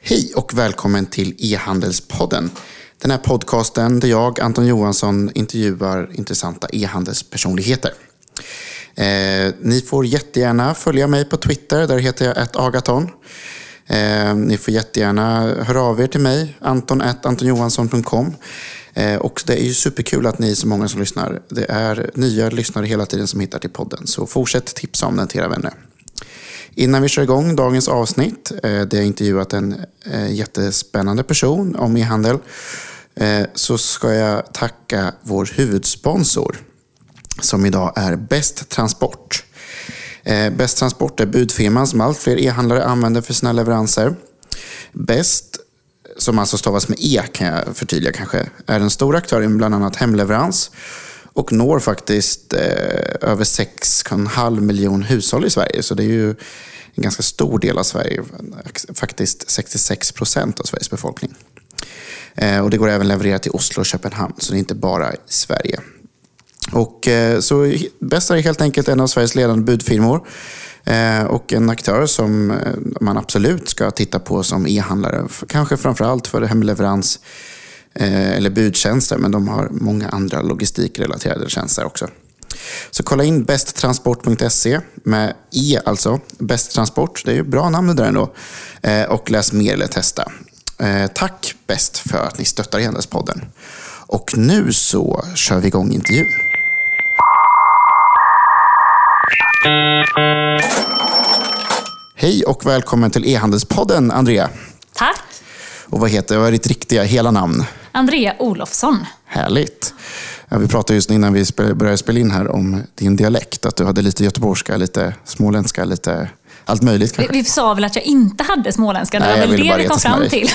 Hej och välkommen till e-handelspodden. Den här podcasten där jag, Anton Johansson, intervjuar intressanta e-handelspersonligheter. Ni får jättegärna följa mig på Twitter, där heter jag @agaton. Ni får jättegärna höra av er till mig, anton@antonjohansson.com. Och det är ju superkul att ni är så många som lyssnar. Det är nya lyssnare hela tiden som hittar till podden, så fortsätt tipsa om den till era vänner. Innan vi kör igång dagens avsnitt, där jag intervjuat en jättespännande person om e-handel, så ska jag tacka vår huvudsponsor som idag är Bäst Transport. Bäst Transport är budfirman som allt fler e-handlare använder för sina leveranser. Bäst, som alltså stavas med E kan jag förtydliga kanske, är en stor aktör i bland annat hemleverans och når faktiskt över 6,5 miljoner hushåll i Sverige. Så det är ju en ganska stor del av Sverige, faktiskt 66% av Sveriges befolkning. Och det går även leverera till Oslo och Köpenhamn, så det är inte bara i Sverige. Och så Bäst är helt enkelt en av Sveriges ledande budfirmor och en aktör som man absolut ska titta på som e-handlare. Kanske framförallt för hemleverans eller budtjänster, men de har många andra logistikrelaterade tjänster också. Så kolla in besttransport.se med E alltså, Bäst Transport, det är ju bra namn där ändå, och läs mer eller testa. Tack Bäst för att ni stöttar e-handelspodden. Och nu så kör vi igång intervjun. Hej och välkommen till e-handelspodden, Andrea. Tack. Och vad är ditt riktiga hela namn? Andrea Olofsson. Härligt. Ja, vi pratade just innan vi började spela in här om din dialekt. Att du hade lite göteborgska, lite småländska, lite allt möjligt kanske. Vi sa väl att jag inte hade småländska. Det var väl det vi kom fram till.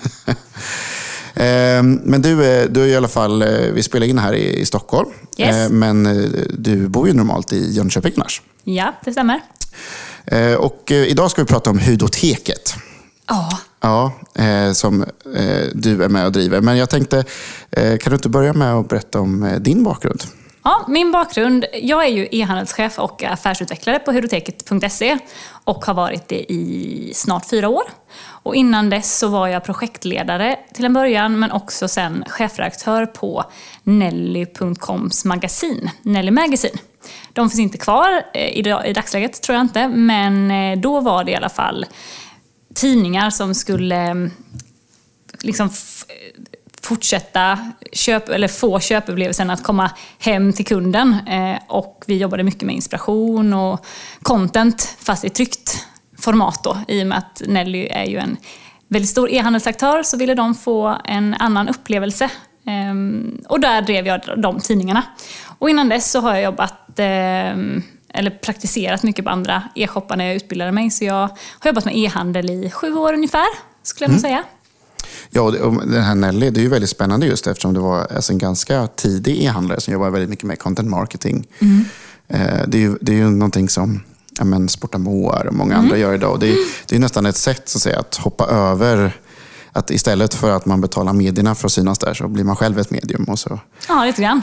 Men du är i alla fall, vi spelar in här i Stockholm. Yes. Men du bor ju normalt i Jönköping annars. Ja, det stämmer. Och idag ska vi prata om Hudoteket. Ja, som du är med och driver. Men jag tänkte, kan du inte börja med att berätta om din bakgrund? Ja, min bakgrund. Jag är ju e-handelschef och affärsutvecklare på hudoteket.se och har varit det i snart 4 år. Och innan dess så var jag projektledare till en början, men också sen chefredaktör på Nelly.coms magasin, Nelly Magazine. De finns inte kvar i dagsläget, tror jag inte, men då var det i alla fall tidningar som skulle liksom fortsätta få köpupplevelsen att komma hem till kunden. Och vi jobbade mycket med inspiration och content, fast i tryckt format då. I och med att Nelly är ju en väldigt stor e-handelsaktör, så ville de få en annan upplevelse. Och där drev jag de tidningarna. Och innan dess så har jag jobbat eller praktiserat mycket på andra e-shoppar när jag utbildade mig. Så jag har jobbat med e-handel i 7 år ungefär, skulle jag nog säga. Ja, och den här Nelly, det är ju väldigt spännande just eftersom det var en ganska tidig e-handlare som jobbar väldigt mycket med content marketing. Det är ju någonting som Sportamoa och många andra gör idag. Det är nästan ett sätt så att säga, att hoppa över, att istället för att man betalar medierna för att synas där, så blir man själv ett medium. Och så. Ja, lite grann.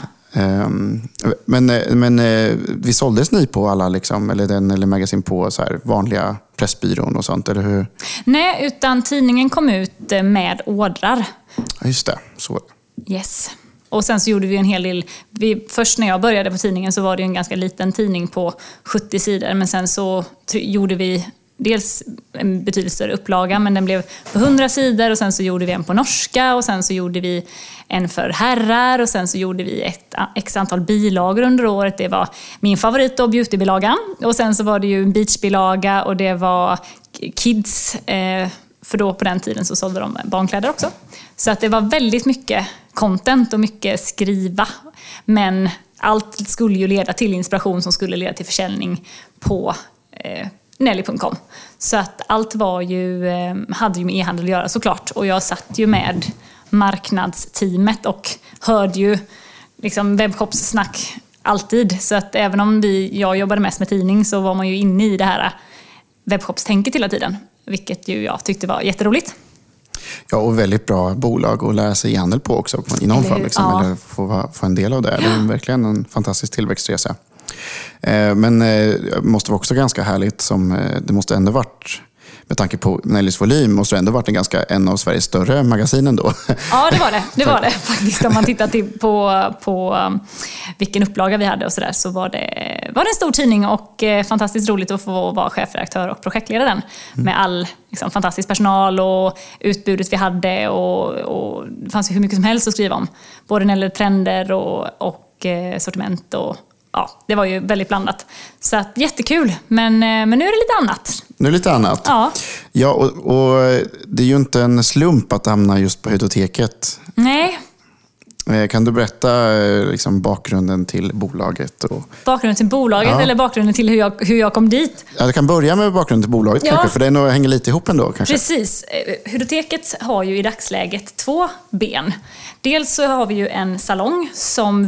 Men vi såldes ni på alla eller magasin på så här vanliga Pressbyrån och sånt, eller hur? Nej, utan tidningen kom ut med ordrar. Ja, just det, så. Yes. Och sen så gjorde vi en hel del. Först när jag började på tidningen så var det en ganska liten tidning på 70 sidor, men sen så gjorde vi dels en betydligt större upplaga, men den blev på 100 sidor, och sen så gjorde vi en på norska, och sen så gjorde vi en för herrar, och sen så gjorde vi ett x antal bilagor under året. Det var min favorit då, beautybilagan, och sen så var det ju en beachbilaga, och det var kids, för då på den tiden så sålde de barnkläder också. Så att det var väldigt mycket content och mycket skriva, men allt skulle ju leda till inspiration som skulle leda till försäljning på Nelly.com. Så att allt var hade ju med e-handel att göra såklart. Och jag satt ju med marknadsteamet och hörde ju webbshopssnack alltid. Så att även om jag jobbade mest med tidning, så var man ju inne i det här webbshopstänket hela tiden. Vilket ju jag tyckte var jätteroligt. Ja, och väldigt bra bolag att lära sig e-handel på också i någon form. Eller få en del av det. Det är verkligen en fantastisk tillväxtresa. Men det måste vara också ganska härligt, det måste ändå varit med tanke på Nellies volym måste det ändå varit en av Sveriges större magasinen då. Ja, det var det faktiskt. Om man tittar på vilken upplaga vi hade och sådär, så var det en stor tidning och fantastiskt roligt att få vara chefredaktör och projektleda den. Med all liksom, fantastisk personal och utbudet vi hade och det fanns ju hur mycket som helst att skriva om. Både när det gäller trender och sortiment och ja, det var ju väldigt blandat. Så att, jättekul, men nu är det lite annat. Nu är det lite annat? Ja. Ja, och det är ju inte en slump att hamna just på Hudoteket. Nej. Kan du berätta liksom, bakgrunden till bolaget? Bakgrunden till bolaget eller bakgrunden till hur jag kom dit? Ja, du kan börja med bakgrunden till bolaget kanske, för det hänger lite ihop ändå. Kanske. Precis. Hudoteket har ju i dagsläget 2 ben. Dels så har vi ju en salong som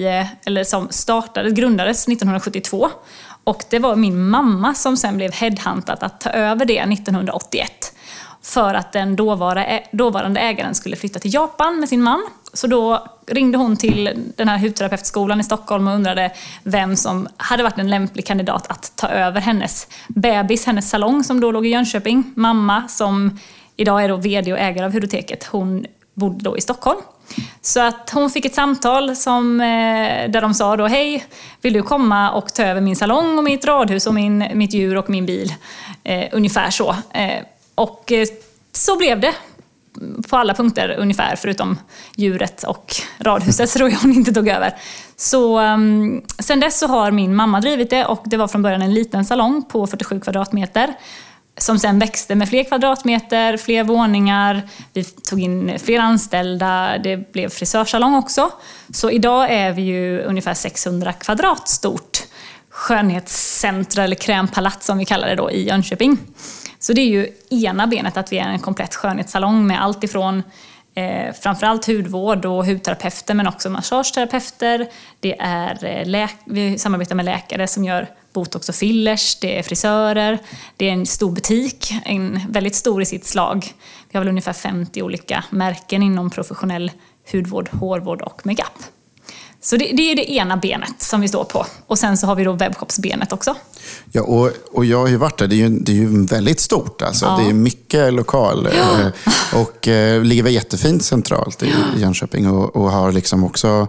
grundades 1972. Och det var min mamma som sen blev headhuntad att ta över det 1981. För att den dåvarande ägaren skulle flytta till Japan med sin man. Så då ringde hon till den här hudterapeutskolan i Stockholm och undrade vem som hade varit en lämplig kandidat att ta över hennes bebis, hennes salong som då låg i Jönköping. Mamma, som idag är då vd och ägare av Hudoteket, hon bodde då i Stockholm. Så att hon fick ett samtal där de sa då: hej, vill du komma och ta över min salong och mitt radhus och mitt djur och min bil? Ungefär så. Och så blev det på alla punkter ungefär, förutom djuret och radhuset, så då hon inte tog över. Så sen dess så har min mamma drivit det, och det var från början en liten salong på 47 kvadratmeter som sen växte med fler kvadratmeter, fler våningar, vi tog in fler anställda, det blev frisörsalong också. Så idag är vi ju ungefär 600 kvadrat stort skönhetscentra eller krämpalats som vi kallar det då i Jönköping. Så det är ju ena benet, att vi är en komplett skönhetssalong med allt ifrån framförallt hudvård och hudterapeuter, men också massageterapeuter. Det är vi samarbetar med läkare som gör botox och fillers, det är frisörer, det är en stor butik, väldigt stor i sitt slag. Vi har väl ungefär 50 olika märken inom professionell hudvård, hårvård och makeup. Så det är det ena benet som vi står på. Och sen så har vi då webbshopsbenet också. Ja, och jag har ju varit där. Det är ju väldigt stort. Alltså. Ja. Det är mycket lokal. Ja. Och ligger väl jättefint centralt i Jönköping. Och har liksom också...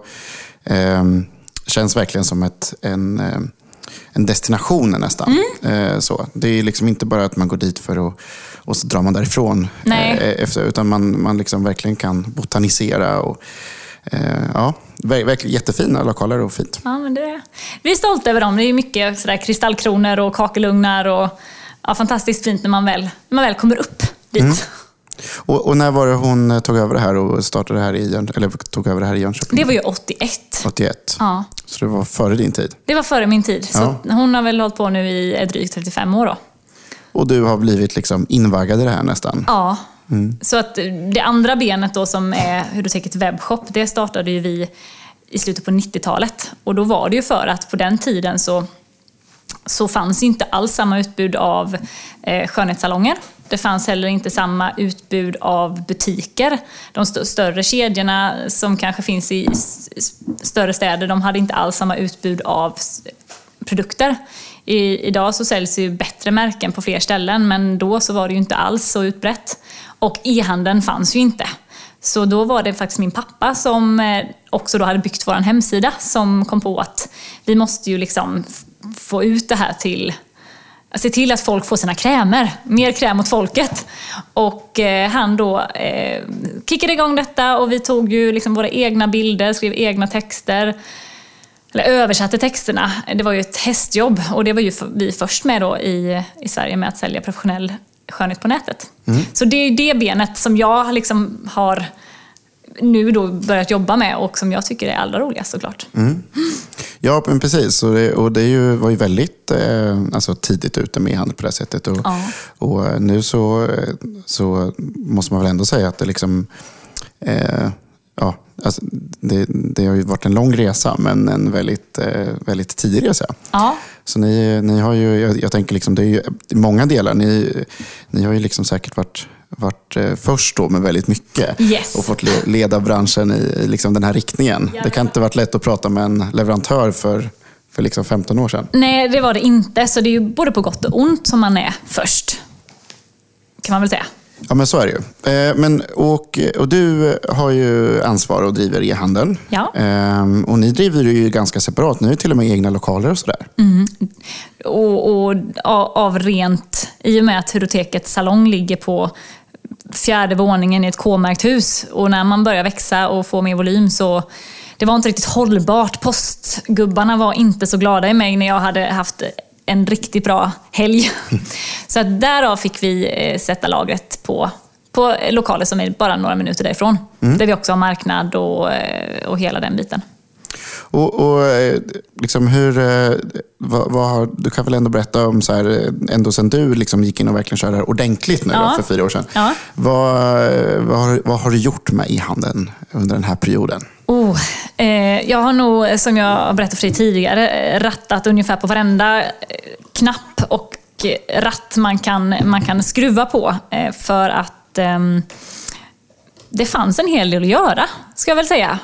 känns verkligen som en destination nästan. Så. Det är liksom inte bara att man går dit och så drar man därifrån. Utan man liksom verkligen kan botanisera och... Ja, verkligen jättefina lokaler och fint. Ja, men vi är stolta över dem. Det är mycket sådär kristallkronor och kakelugnar och fantastiskt fint när man väl kommer upp dit. Och när var det hon tog över det här och startade det här tog över det här i Jönköping? Det var ju 81. 81? Ja. Så det var före din tid? Det var före min tid. Så hon har väl hållit på nu i drygt 35 år då. Och du har blivit liksom invaggad i det här nästan? Ja. Så att det andra benet då, som är Hudoteket webbshop, det startade ju vi i slutet på 90-talet. Och då var det ju för att på den tiden så fanns inte alls samma utbud av skönhetssalonger. Det fanns heller inte samma utbud av butiker. De större kedjorna som kanske finns i större städer, de hade inte alls samma utbud av produkter. Idag så säljs ju bättre märken på fler ställen, men då så var det ju inte alls så utbrett. Och e-handeln fanns ju inte. Så då var det faktiskt min pappa som också då hade byggt vår hemsida, som kom på att vi måste ju liksom få ut det här se till att folk får sina krämer, mer kräm åt folket. Och han då kickade igång detta, och vi tog ju liksom våra egna bilder, skrev egna texter, eller översatte texterna. Det var ju ett hästjobb, och det var ju vi först med då i Sverige med att sälja professionell skönhet på nätet. Så det är det benet som jag liksom har nu då börjat jobba med, och som jag tycker är allra roligast såklart. Ja, men precis. Och det var ju väldigt tidigt ute med e-handel på det sättet. Och nu så måste man väl ändå säga att det liksom... Alltså det har ju varit en lång resa, men en väldigt, väldigt tidig resa. Ja. Så ni har ju, jag tänker liksom, det är ju i många delar, ni har ju liksom säkert varit först då med väldigt mycket. Yes. Och fått leda branschen i liksom den här riktningen. Det kan inte varit lätt att prata med en leverantör för liksom 15 år sedan. Nej, det var det inte. Så det är ju både på gott och ont som man är först. kan man väl säga. Ja, men så är det ju. Och du har ju ansvar och driver e-handeln. Ja. Och ni driver ju ganska separat. Ni har ju till och med egna lokaler och sådär. Och av rent, i och med att Hurotekets salong ligger på 4:e våningen i ett K-märkt hus. Och när man börjar växa och få mer volym så det var inte riktigt hållbart. Postgubbarna var inte så glada i mig när jag hade haft en riktigt bra helg. Så att därav fick vi sätta lagret på lokaler som är bara några minuter därifrån. Där vi också har marknad och hela den biten. Och liksom du kan väl ändå berätta om så här, ändå sen du liksom gick in och verkligen körde ordentligt nu för 4 år sedan. Ja. Vad har du gjort med e-handeln under den här perioden? Jag har nog, som jag berättade för dig tidigare, rattat ungefär på varenda knapp och ratt man kan skruva på för att det fanns en hel del att göra, ska jag väl säga.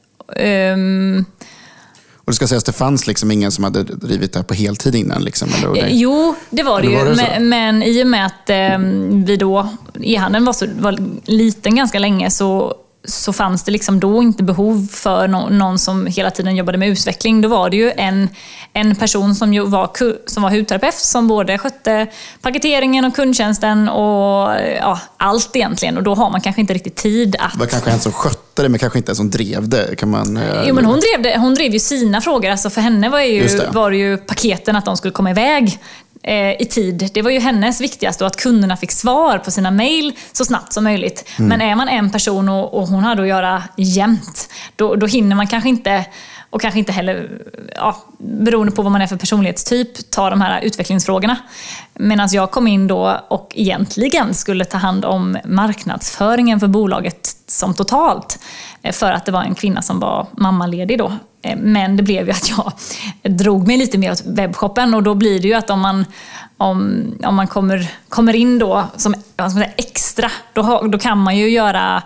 Och det ska sägas att det fanns liksom ingen som hade drivit det här på heltid innan? Liksom, eller? Jo, det var det ju. Men i och med att vi då, e-handeln var liten ganska länge så fanns det liksom då inte behov för någon som hela tiden jobbade med utveckling. Då var det ju en person som var hudterapeut som både skötte paketeringen och kundtjänsten och allt egentligen. Och då har man kanske inte riktigt tid att... Det var kanske en som skötte det men kanske inte en som drev det. Kan man, jo, men hon drev ju sina frågor. Alltså för henne var det ju paketen att de skulle komma iväg i tid. Det var ju hennes viktigaste och att kunderna fick svar på sina mejl så snabbt som möjligt. Men är man en person och hon hade att göra jämt, då hinner man kanske inte, och kanske inte heller, beroende på vad man är för personlighetstyp, ta de här utvecklingsfrågorna. Medan jag kom in då och egentligen skulle ta hand om marknadsföringen för bolaget som totalt, för att det var en kvinna som var mammaledig då. Men det blev ju att jag drog mig lite mer åt webbshoppen och då blir det ju att om man kommer in då som extra, då kan man ju göra,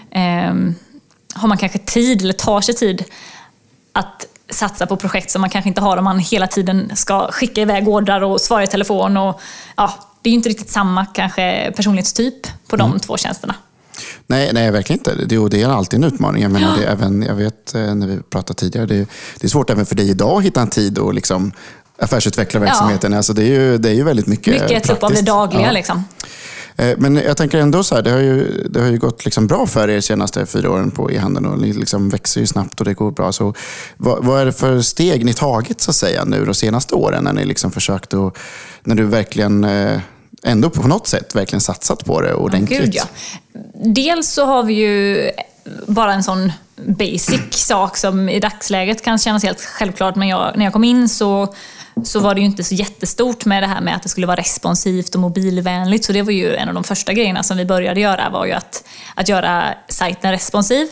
har man kanske tid eller tar sig tid att satsa på projekt som man kanske inte har om man hela tiden ska skicka iväg ordrar och svara i telefon och det är ju inte riktigt samma kanske personlighetstyp på de två tjänsterna. Nej, verkligen inte. Det är alltid en utmaning. Jag menar, det är även, jag vet när vi pratade tidigare, det är svårt även för dig idag att hitta en tid och liksom affärsutveckla verksamheten. Alltså det är ju väldigt mycket praktiskt. Av det dagliga liksom. Men jag tänker ändå så här, det har ju gått liksom bra för er senaste 4 åren på e-handeln och ni liksom växer ju snabbt och det går bra. Så vad är det för steg ni tagit så att säga nu de senaste åren när ni liksom försökt och när du verkligen ändå på något sätt verkligen satsat på det ordentligt? Gud, ja. Dels så har vi ju bara en sån basic sak som i dagsläget kan kännas helt självklart, men när jag kom in så var det ju inte så jättestort med det här med att det skulle vara responsivt och mobilvänligt. Så det var ju en av de första grejerna som vi började göra, var ju att göra sajten responsiv.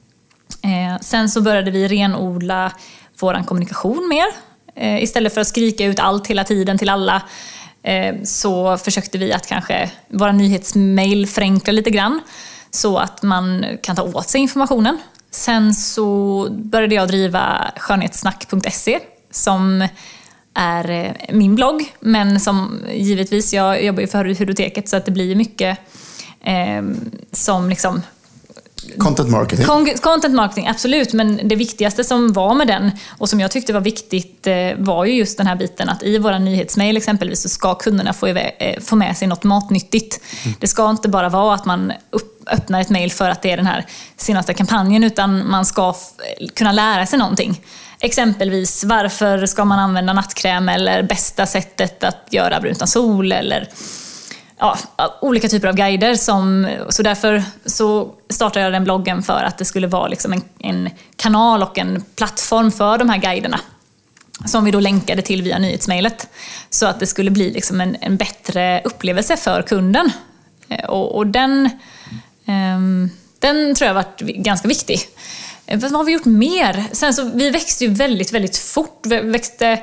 Sen så började vi renodla vår kommunikation mer. Istället för att skrika ut allt hela tiden till alla, så försökte vi att kanske våra nyhetsmail förenkla lite grann så att man kan ta åt sig informationen. Sen så började jag driva skönhetssnack.se som är min blogg, men som givetvis, jag jobbar ju för Hudoteket så att det blir mycket som liksom content marketing. Content marketing, absolut. Men det viktigaste som var med den och som jag tyckte var viktigt var ju just den här biten att i våra nyhetsmail exempelvis så ska kunderna få med sig något matnyttigt. Det ska inte bara vara att man öppnar ett mail för att det är den här senaste kampanjen, utan man ska kunna lära sig någonting. Exempelvis, varför ska man använda nattkräm eller bästa sättet att göra brunt sol eller olika typer av guider. Så därför så startade jag den bloggen för att det skulle vara liksom en kanal och en plattform för de här guiderna som vi då länkade till via nyhetsmailet. Så att det skulle bli liksom en bättre upplevelse för kunden. Och den tror jag har varit ganska viktig. Vad har vi gjort mer? Sen så, vi växte ju väldigt, väldigt fort. Vi växte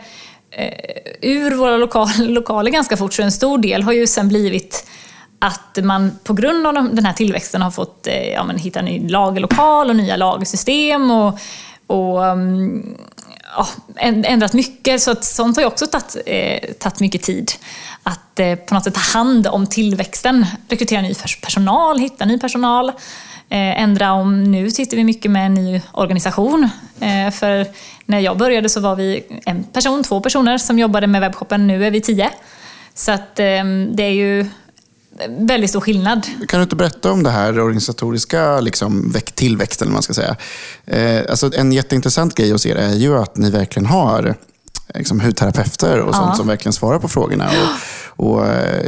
ur våra lokaler ganska fort. Så en stor del har ju sen blivit att man på grund av den här tillväxten har fått hitta en ny lagerlokal och nya lagersystem. ändrat mycket. Så att sånt har ju också tagit mycket tid. Att på något sätt ta hand om tillväxten, rekrytera ny personal, hitta ny personal. Ändra om, nu sitter vi mycket med en ny organisation. För när jag började så var vi 2 personer som jobbade med webbshoppen. Nu är vi 10. Så att det är ju väldigt stor skillnad. Kan du inte berätta om det här organisatoriska liksom, tillväxten, eller man ska säga? Alltså, en jätteintressant grej hos er är ju att ni verkligen har liksom, hudterapeuter och sånt som verkligen svarar på frågorna. Och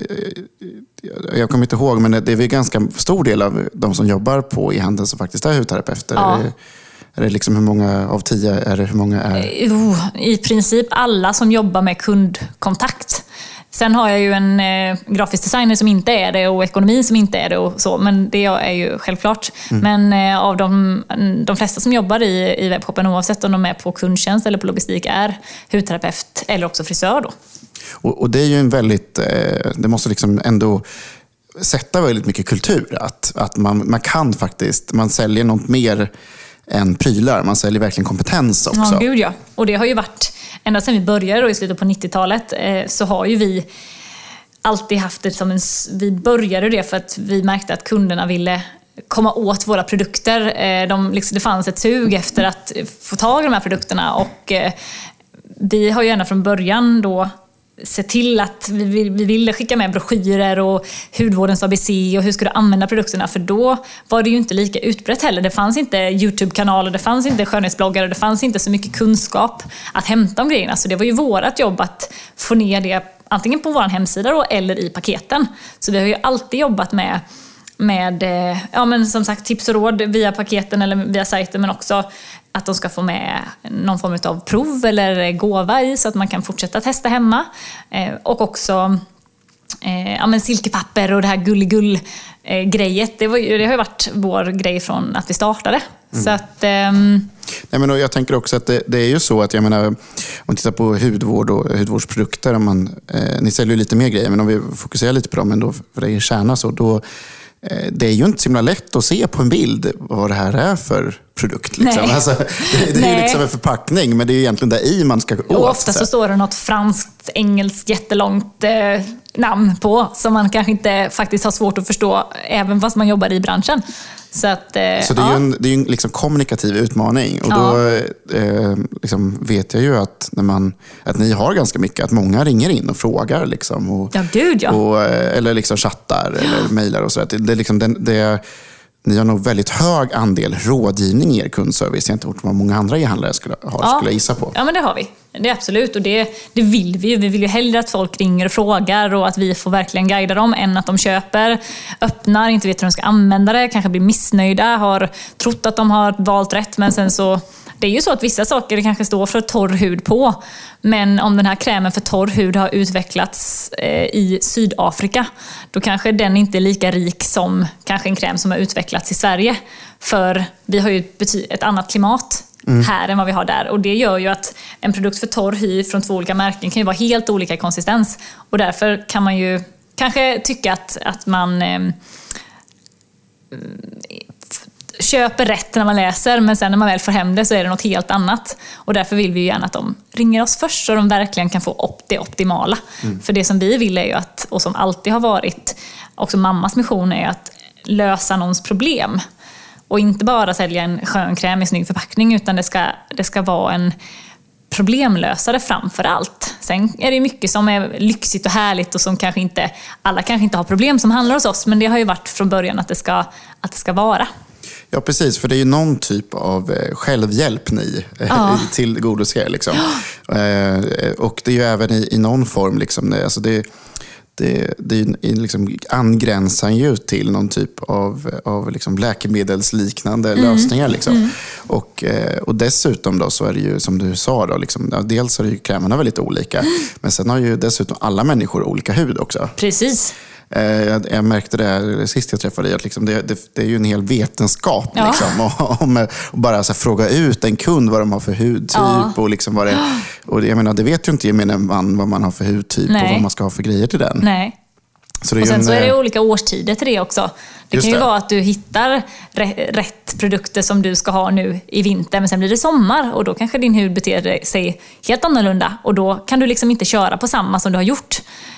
jag kommer inte ihåg, men det är väl ganska stor del av de som jobbar på e-handeln som faktiskt är hudterapeuter. Ja. Är det liksom hur många av 10 är det? Hur många är? I princip alla som jobbar med kundkontakt. Sen har jag ju en grafisk designer som inte är det och ekonomi som inte är det och så, men det är ju självklart. Men av de flesta som jobbar i webbshoppen, oavsett om de är på kundtjänst eller på logistik, är hudterapeut eller också frisör då. Och det är ju en väldigt, det måste liksom ändå sätta väldigt mycket kultur. Att man kan faktiskt, man säljer något mer än prylar. Man säljer verkligen kompetens också. Ja, gud ja. Och det har ju varit, ända sedan vi började då, i slutet på 90-talet, så har ju vi alltid haft det som vi började det för att vi märkte att kunderna ville komma åt våra produkter. Det fanns ett sug efter att få tag i de här produkterna, och vi har ju ända från början då se till att vi ville skicka med broschyrer och hudvårdens ABC och hur ska du använda produkterna, för då var det ju inte lika utbrett heller. Det fanns inte YouTube-kanaler, det fanns inte skönhetsbloggar och det fanns inte så mycket kunskap att hämta om grejerna. Så det var ju vårt jobb att få ner det antingen på vår hemsida då, eller i paketen. Så vi har ju alltid jobbat med men som sagt tips och råd via paketen eller via sajten, men också att de ska få med någon form av prov eller gåva i så att man kan fortsätta testa hemma. Och också silkepapper och det här gulligull-grejet. Det har ju varit vår grej från att vi startade. Så att... Nej, men jag tänker också att det är ju så att, jag menar, om man tittar på hudvård och hudvårdsprodukter, ni säljer ju lite mer grejer, men om vi fokuserar lite på dem ändå, för det är kärna så, då det är ju inte så himla lätt att se på en bild vad det här är för produkt. Liksom. Alltså, det är ju liksom en förpackning, men det är ju egentligen där i man ska åt. Och ofta så står det något franskt, engelskt, jättelångt namn på som man kanske inte faktiskt har svårt att förstå, även fast man jobbar i branschen. Så det är ju en liksom kommunikativ utmaning. Och då liksom vet jag ju att att ni har ganska mycket, att många ringer in och frågar liksom, och, eller liksom chattar eller mejlar och sådär. Det är liksom ni har nog väldigt hög andel rådgivning i er kundservice gentemot vad många andra e-handlare skulle jag gissa på. Ja, men det har vi. Det är absolut, och det vill vi ju. Vi vill ju hellre att folk ringer och frågar och att vi får verkligen guida dem än att de köper, öppnar, inte vet hur de ska använda det, kanske blir missnöjda, har trott att de har valt rätt, men sen så... Det är ju så att vissa saker kanske står för torr hud på, men om den här krämen för torr hud har utvecklats i Sydafrika, då kanske den inte är lika rik som kanske en kräm som har utvecklats i Sverige. För vi har ju ett annat klimat här än vad vi har där. Och det gör ju att en produkt för torr hy från 2 olika märken kan ju vara helt olika i konsistens. Och därför kan man ju kanske tycka att man... köper rätt när man läser, men sen när man väl får hem det så är det något helt annat. Och därför vill vi ju gärna att de ringer oss först så de verkligen kan få det optimala. För det som vi vill är ju att, och som alltid har varit också mammas mission, är att lösa någons problem. Och inte bara sälja en skön kräm i snygg förpackning, utan det ska vara en problemlösare framför allt. Sen är det mycket som är lyxigt och härligt och som alla kanske inte har problem som handlar hos oss, men det har ju varit från början att det ska vara. Ja, precis. För det är ju någon typ av självhjälp ni tillgodoser. Liksom. Och det är ju även i någon form. Liksom, alltså det liksom angränsar ju till någon typ av liksom läkemedelsliknande lösningar. Liksom. Och dessutom då, så är det ju som du sa, då, liksom, dels är det ju krämerna väldigt olika. Men sen har ju dessutom alla människor olika hud också. Precis. Jag märkte det sist jag träffade dig, att liksom det är ju en hel vetenskap liksom, och bara så här, fråga ut en kund vad de har för hudtyp och liksom vad det, och jag menar, det vet ju inte gemene man vad man har för hudtyp och vad man ska ha för grejer till den. Nej. Så och sen så är det olika årstider till det också. Det kan ju vara att du hittar rätt produkter som du ska ha nu i vinter, men sen blir det sommar och då kanske din hud beter sig helt annorlunda och då kan du liksom inte köra på samma som du har gjort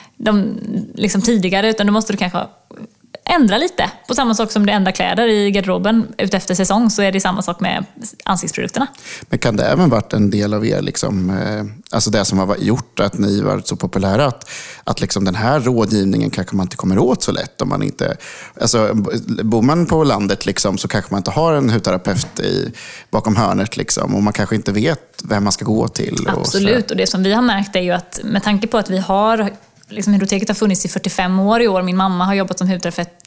liksom tidigare, utan då måste du kanske ändra lite. På samma sak som du ändrar kläder i garderoben utefter säsong, så är det samma sak med ansiktsprodukterna. Men kan det även varit en del av er, liksom, alltså det som har gjort att ni varit så populära, att liksom den här rådgivningen kanske man inte kommer åt så lätt om man inte... Alltså, bor man på landet liksom, så kanske man inte har en hudterapeut bakom hörnet liksom, och man kanske inte vet vem man ska gå till. Absolut, och det som vi har märkt är ju att med tanke på att vi har... Liksom, Hudroteket har funnits i 45 år i år. Min mamma har jobbat som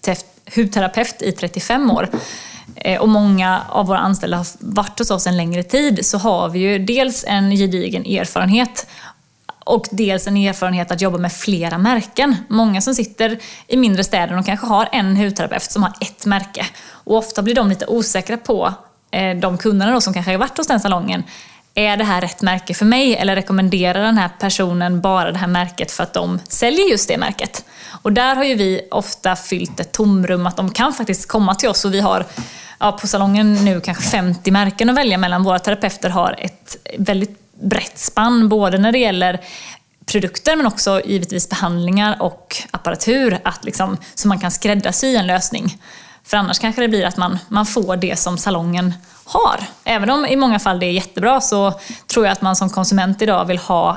hudterapeut i 35 år. Och många av våra anställda har varit hos oss en längre tid. Så har vi ju dels en gedigen erfarenhet och dels en erfarenhet att jobba med flera märken. Många som sitter i mindre städer och kanske har en hudterapeut som har ett märke. Och ofta blir de lite osäkra på de kunderna då, som kanske har varit hos den salongen. Är det här rätt märke för mig, eller rekommenderar den här personen bara det här märket för att de säljer just det märket? Och där har ju vi ofta fyllt ett tomrum, att de kan faktiskt komma till oss, och vi har på salongen nu kanske 50 märken att välja mellan. Våra terapeuter har ett väldigt brett spann, både när det gäller produkter men också givetvis behandlingar och apparatur, att liksom, så man kan skräddarsy en lösning. För annars kanske det blir att man får det som salongen har. Även om i många fall det är jättebra, så tror jag att man som konsument idag vill ha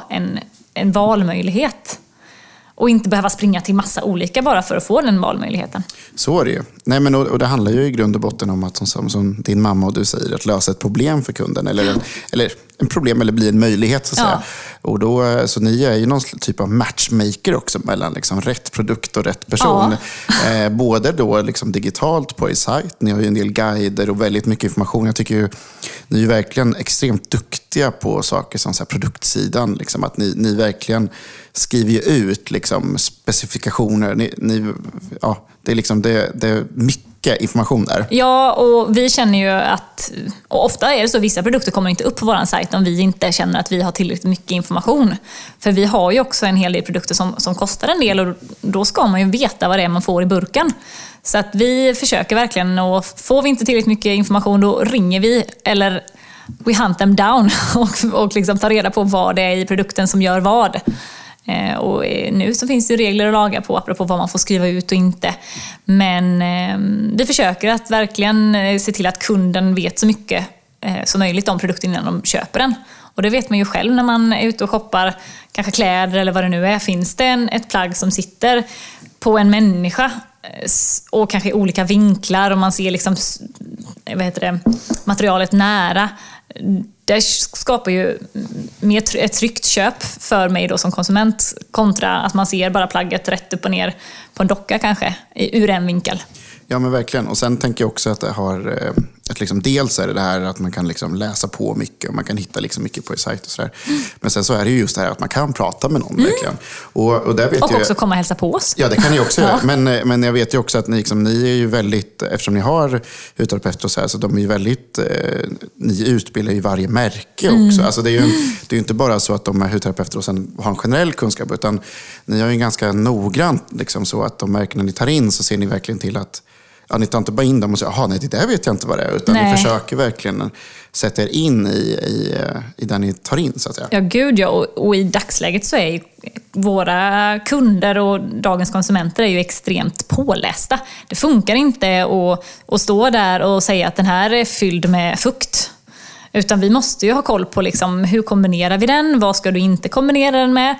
en valmöjlighet. Och inte behöva springa till massa olika bara för att få den valmöjligheten. Så är det ju. Nej, men, och det handlar ju i grund och botten om att som din mamma och du säger, att lösa ett problem för kunden. Eller en problem, eller bli en möjlighet så att säga. Och då, så ni är ju någon typ av matchmaker också mellan liksom rätt produkt och rätt person. Ja. Både då liksom digitalt på er sajt. Ni har ju en del guider och väldigt mycket information. Jag tycker ju ni är ju verkligen extremt duktiga på saker som så här produktsidan. Liksom, att ni verkligen skriver ju ut liksom specifikationer. Det är liksom det är mycket information där. Ja, och vi känner ju att, och ofta är det så, vissa produkter kommer inte upp på vår sajt om vi inte känner att vi har tillräckligt mycket information. För vi har ju också en hel del produkter som kostar en del, och då ska man ju veta vad det är man får i burken. Så att vi försöker verkligen, och får vi inte tillräckligt mycket information, då ringer vi, eller we hunt them down och liksom tar reda på vad det är i produkten som gör vad. Och nu så finns det regler och lagar apropå vad man får skriva ut och inte. Men vi försöker att verkligen se till att kunden vet så mycket som möjligt om produkten innan de köper den. Och det vet man ju själv när man är ute och shoppar, kanske kläder eller vad det nu är. Finns det ett plagg som sitter på en människa och kanske i olika vinklar, och man ser liksom, materialet nära, det skapar ju mer ett tryggt köp för mig då som konsument, kontra att man ser bara plagget rätt upp och ner på en docka kanske, ur en vinkel. Ja, men verkligen. Och sen tänker jag också att det har... Att liksom, dels är det här att man kan liksom läsa på mycket och man kan hitta liksom mycket på er sajt och sådär. Men sen så är det ju just det här att man kan prata med någon verkligen. Och där vet och också komma och hälsa på oss. Ja, det kan ni också göra. Men jag vet ju också att ni är ju väldigt, eftersom ni har hudterapeuter och så de är ju väldigt, ni utbildar ju varje märke också. Alltså det är ju inte bara så att de är hudterapeuter och sen har en generell kunskap, utan ni har ju ganska noggrant liksom, så att de märkena ni tar in, så ser ni verkligen till att ni tar inte bara in dem och säger, nej, det där vet jag inte vad det är. Utan ni försöker verkligen sätta er in i där ni tar in, så att säga. Ja, gud ja. Och i dagsläget så är ju våra kunder och dagens konsumenter är ju extremt pålästa. Det funkar inte att stå där och säga att den här är fylld med fukt. Utan vi måste ju ha koll på liksom, hur kombinerar vi den? Vad ska du inte kombinera den med?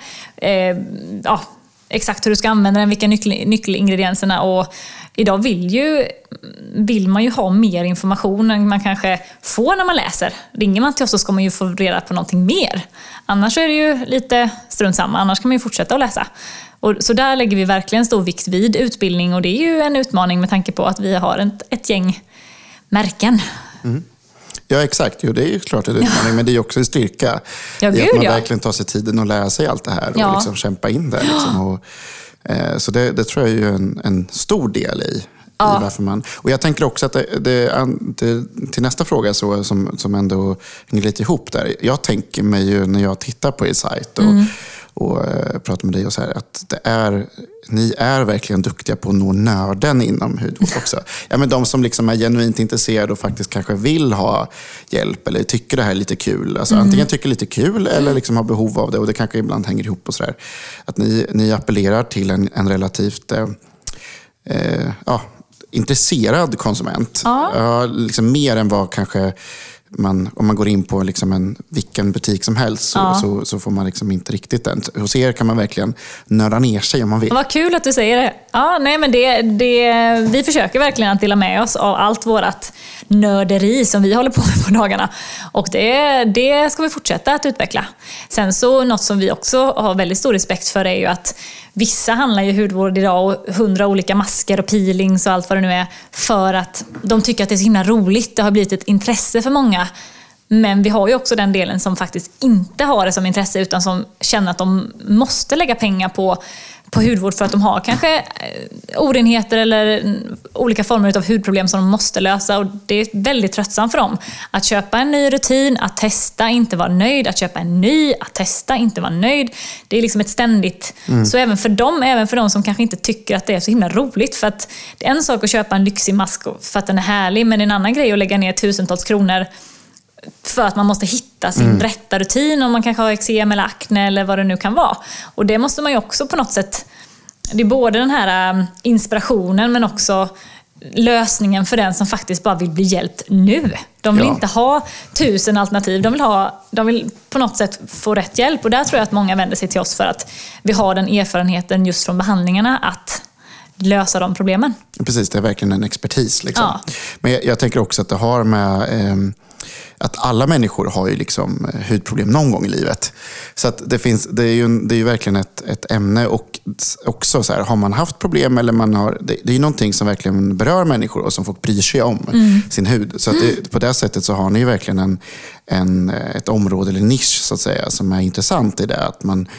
Exakt hur du ska använda den, vilka nyckelingredienserna. Och idag vill man ju ha mer information än man kanske får när man läser. Ringer man till oss så ska man ju få reda på någonting mer. Annars är det ju lite strunt samma, annars kan man ju fortsätta att läsa. Och så där lägger vi verkligen stor vikt vid utbildning, och det är ju en utmaning med tanke på att vi har ett gäng märken. Mm. Ja, exakt. Jo, det är ju klart en utmaning, men det är också en styrka. Ja, gud, att man verkligen tar sig tiden att lära sig allt det här och liksom kämpa in det. Liksom. Så det tror jag är ju en stor del i varför man... Och jag tänker också att till nästa fråga så, som ändå hänger lite ihop där. Jag tänker mig ju när jag tittar på er sajt prata med dig och så här, att ni är verkligen duktiga på att nå nörden inom hudvård också. Ja, men de som liksom är genuint intresserade och faktiskt kanske vill ha hjälp eller tycker det här är lite kul. Alltså antingen tycker lite kul eller liksom har behov av det, och det kanske ibland hänger ihop och sådär. Att ni appellerar till en relativt intresserad konsument. Ja. Liksom mer än vad kanske om man går in på liksom vilken butik som helst så får man liksom inte riktigt den. Hos er kan man verkligen nörda ner sig om man vill. Vad kul att du säger det. Ja, nej, men vi försöker verkligen att dela med oss av allt vårat nörderi som vi håller på med på dagarna. Och det ska vi fortsätta att utveckla. Sen så något som vi också har väldigt stor respekt för är ju att vissa handlar ju hudvård idag och 100 olika masker och peelings och allt vad det nu är, för att de tycker att det är så himla roligt. Det har blivit ett intresse för många. Men vi har ju också den delen som faktiskt inte har det som intresse, utan som känner att de måste lägga pengar på hudvård för att de har kanske orenheter eller olika former av hudproblem som de måste lösa. Och det är väldigt tröttsamt för dem att köpa en ny rutin, att testa, inte vara nöjd, att köpa en ny, att testa, inte vara nöjd. Det är liksom ett ständigt... Så även för dem som kanske inte tycker att det är så himla roligt, för att det är en sak att köpa en lyxig mask för att den är härlig, men det är en annan grej att lägga ner tusentals kronor för att man måste hitta sin rätta rutin, om man kanske har eksem eller akne eller vad det nu kan vara. Och det måste man ju också på något sätt... Det är både den här inspirationen men också lösningen för den som faktiskt bara vill bli hjälpt nu. De vill inte ha 1000 alternativ. De vill på något sätt få rätt hjälp. Och där tror jag att många vänder sig till oss för att vi har den erfarenheten just från behandlingarna att lösa de problemen. Precis, det är verkligen en expertis. Liksom. Ja. Men jag tänker också att det har med... att alla människor har ju liksom hudproblem någon gång i livet. Så att det är ju verkligen ett ämne, och också så här, har man haft problem eller det är ju någonting som verkligen berör människor och som folk bryr sig om sin hud. Så att på det sättet så har ni ju verkligen ett område eller nisch så att säga som är intressant i det, att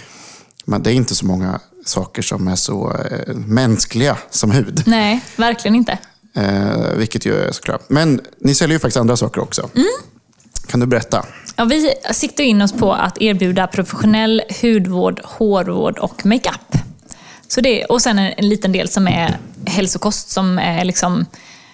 det är inte så många saker som är så mänskliga som hud. Nej, verkligen inte. Vilket ju är såklart. Men ni säljer ju faktiskt andra saker också. Kan du berätta? Ja, vi siktar in oss på att erbjuda professionell hudvård, hårvård och makeup. Så och sen en liten del som är hälsokost, som är liksom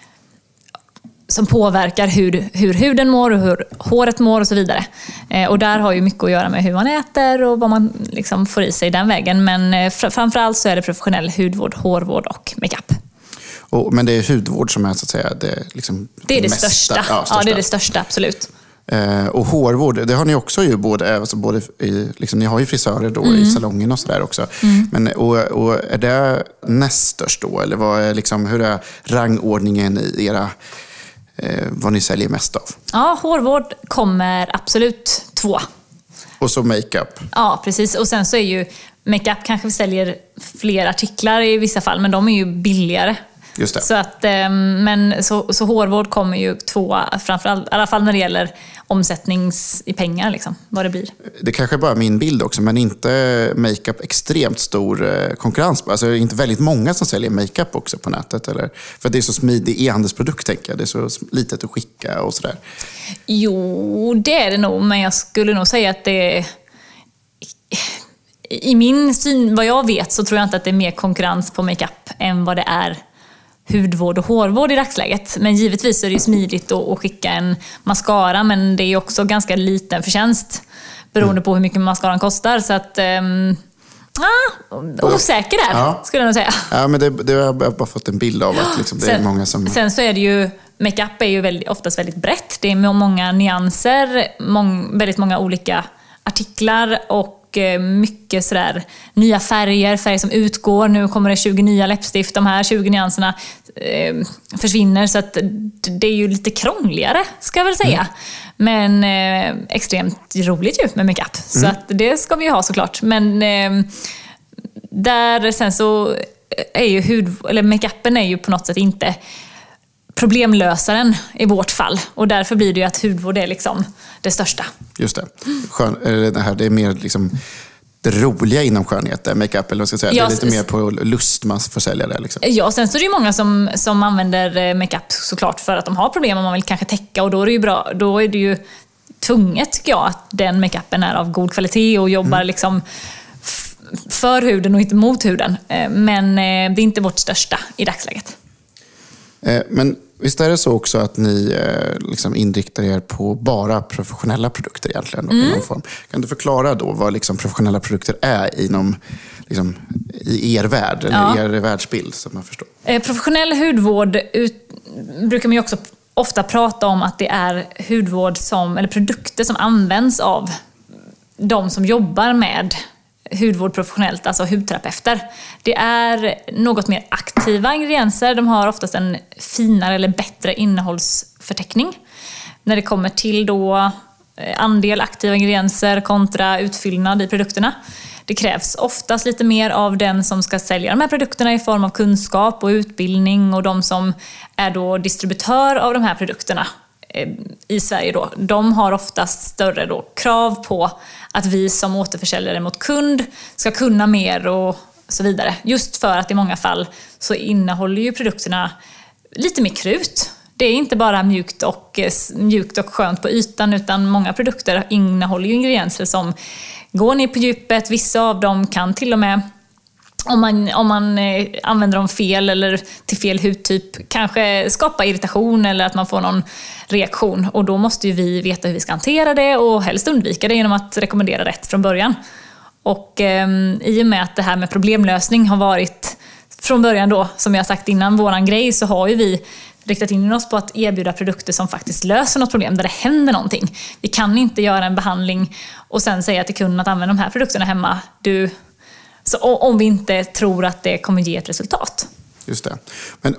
som påverkar hur huden mår och hur håret mår och så vidare. Och där har ju mycket att göra med hur man äter och vad man liksom får i sig den vägen. Men framförallt så är det professionell hudvård, hårvård och makeup. Men det är hudvård som är så att säga det är det mesta, största. Ja, det är det största, absolut. Och hårvård, det har ni också ju både liksom, ni har ju frisörer då i salongen och sådär också. Men och är det näst störst då, eller vad är liksom, hur är rangordningen i era vad ni säljer mest av? Ja, hårvård kommer absolut 2. Och så makeup. Ja, precis. Och sen så är ju makeup, kanske vi säljer fler artiklar i vissa fall, men de är ju billigare. Just det. Så att, men så hårvård kommer ju 2, framförallt, i alla fall när det gäller omsättnings i pengar, liksom, vad det blir. Det kanske är bara min bild också, men inte makeup extremt stor konkurrens. Alltså det är inte väldigt många som säljer makeup också på nätet, eller? För det är så smidig e-handelsprodukt, tänker jag. Det är så litet att skicka och sådär. Jo, det är det nog, men jag skulle nog säga att det i min syn, vad jag vet, så tror jag inte att det är mer konkurrens på makeup än vad det är hudvård och hårvård i dagsläget. Men givetvis är det ju smidigt att skicka en mascara, men det är ju också ganska liten förtjänst beroende på hur mycket mascaran kostar. Så att osäker där, skulle jag nog säga. Ja, men det har jag bara fått en bild av att liksom, det är många som... Sen så är det ju, makeup är ju oftast väldigt brett. Det är många nyanser, väldigt många olika artiklar och mycket sådär nya färger som utgår. Nu kommer det 20 nya läppstift. De här 20 nyanserna försvinner, så att det är ju lite krångligare, ska jag väl säga. Men extremt roligt ju med makeup. Så att det ska vi ju ha såklart. Men där sen så är ju makeupen är ju på något sätt inte problemlösaren i vårt fall. Och därför blir det ju att hudvård är liksom det största. Just det. Det är mer liksom det roliga inom skönhet, makeup, eller vad ska jag säga. Ja, det är lite mer på lust man får sälja det. Liksom. Ja, sen så är det ju många som använder makeup såklart för att de har problem och man vill kanske täcka, och då är det ju bra. Då är det ju tvunget, tycker jag, att den makeupen är av god kvalitet och jobbar liksom för huden och inte mot huden. Men det är inte vårt största i dagsläget. Men visst är det så också att ni liksom inriktar er på bara professionella produkter egentligen? I någon form. Kan du förklara då vad liksom professionella produkter är inom, liksom, i er värld, eller er världsbild, som man förstår? Professionell hudvård brukar man ju också ofta prata om att det är hudvård eller produkter som används av de som jobbar med hudvård professionellt, alltså hudterapeuter. Det är något mer aktiva ingredienser. De har oftast en finare eller bättre innehållsförteckning. När det kommer till då andel aktiva ingredienser kontra utfyllnad i produkterna. Det krävs oftast lite mer av den som ska sälja de här produkterna i form av kunskap och utbildning, och de som är då distributör av de här produkterna i Sverige då, de har oftast större då krav på att vi som återförsäljare mot kund ska kunna mer och så vidare. Just för att i många fall så innehåller ju produkterna lite mer krut. Det är inte bara mjukt och skönt på ytan, utan många produkter innehåller ju ingredienser som går ner på djupet. Vissa av dem kan till och med, om man använder dem fel eller till fel hudtyp, kanske skapa irritation eller att man får någon reaktion. Och då måste ju vi veta hur vi ska hantera det och helst undvika det genom att rekommendera rätt från början. Och i och med att det här med problemlösning har varit från början då, som jag sagt innan, våran grej, så har ju vi riktat in oss på att erbjuda produkter som faktiskt löser något problem, där det händer någonting. Vi kan inte göra en behandling och sen säga till kunden att använda de här produkterna hemma. Så om vi inte tror att det kommer ge ett resultat. Just det. Men,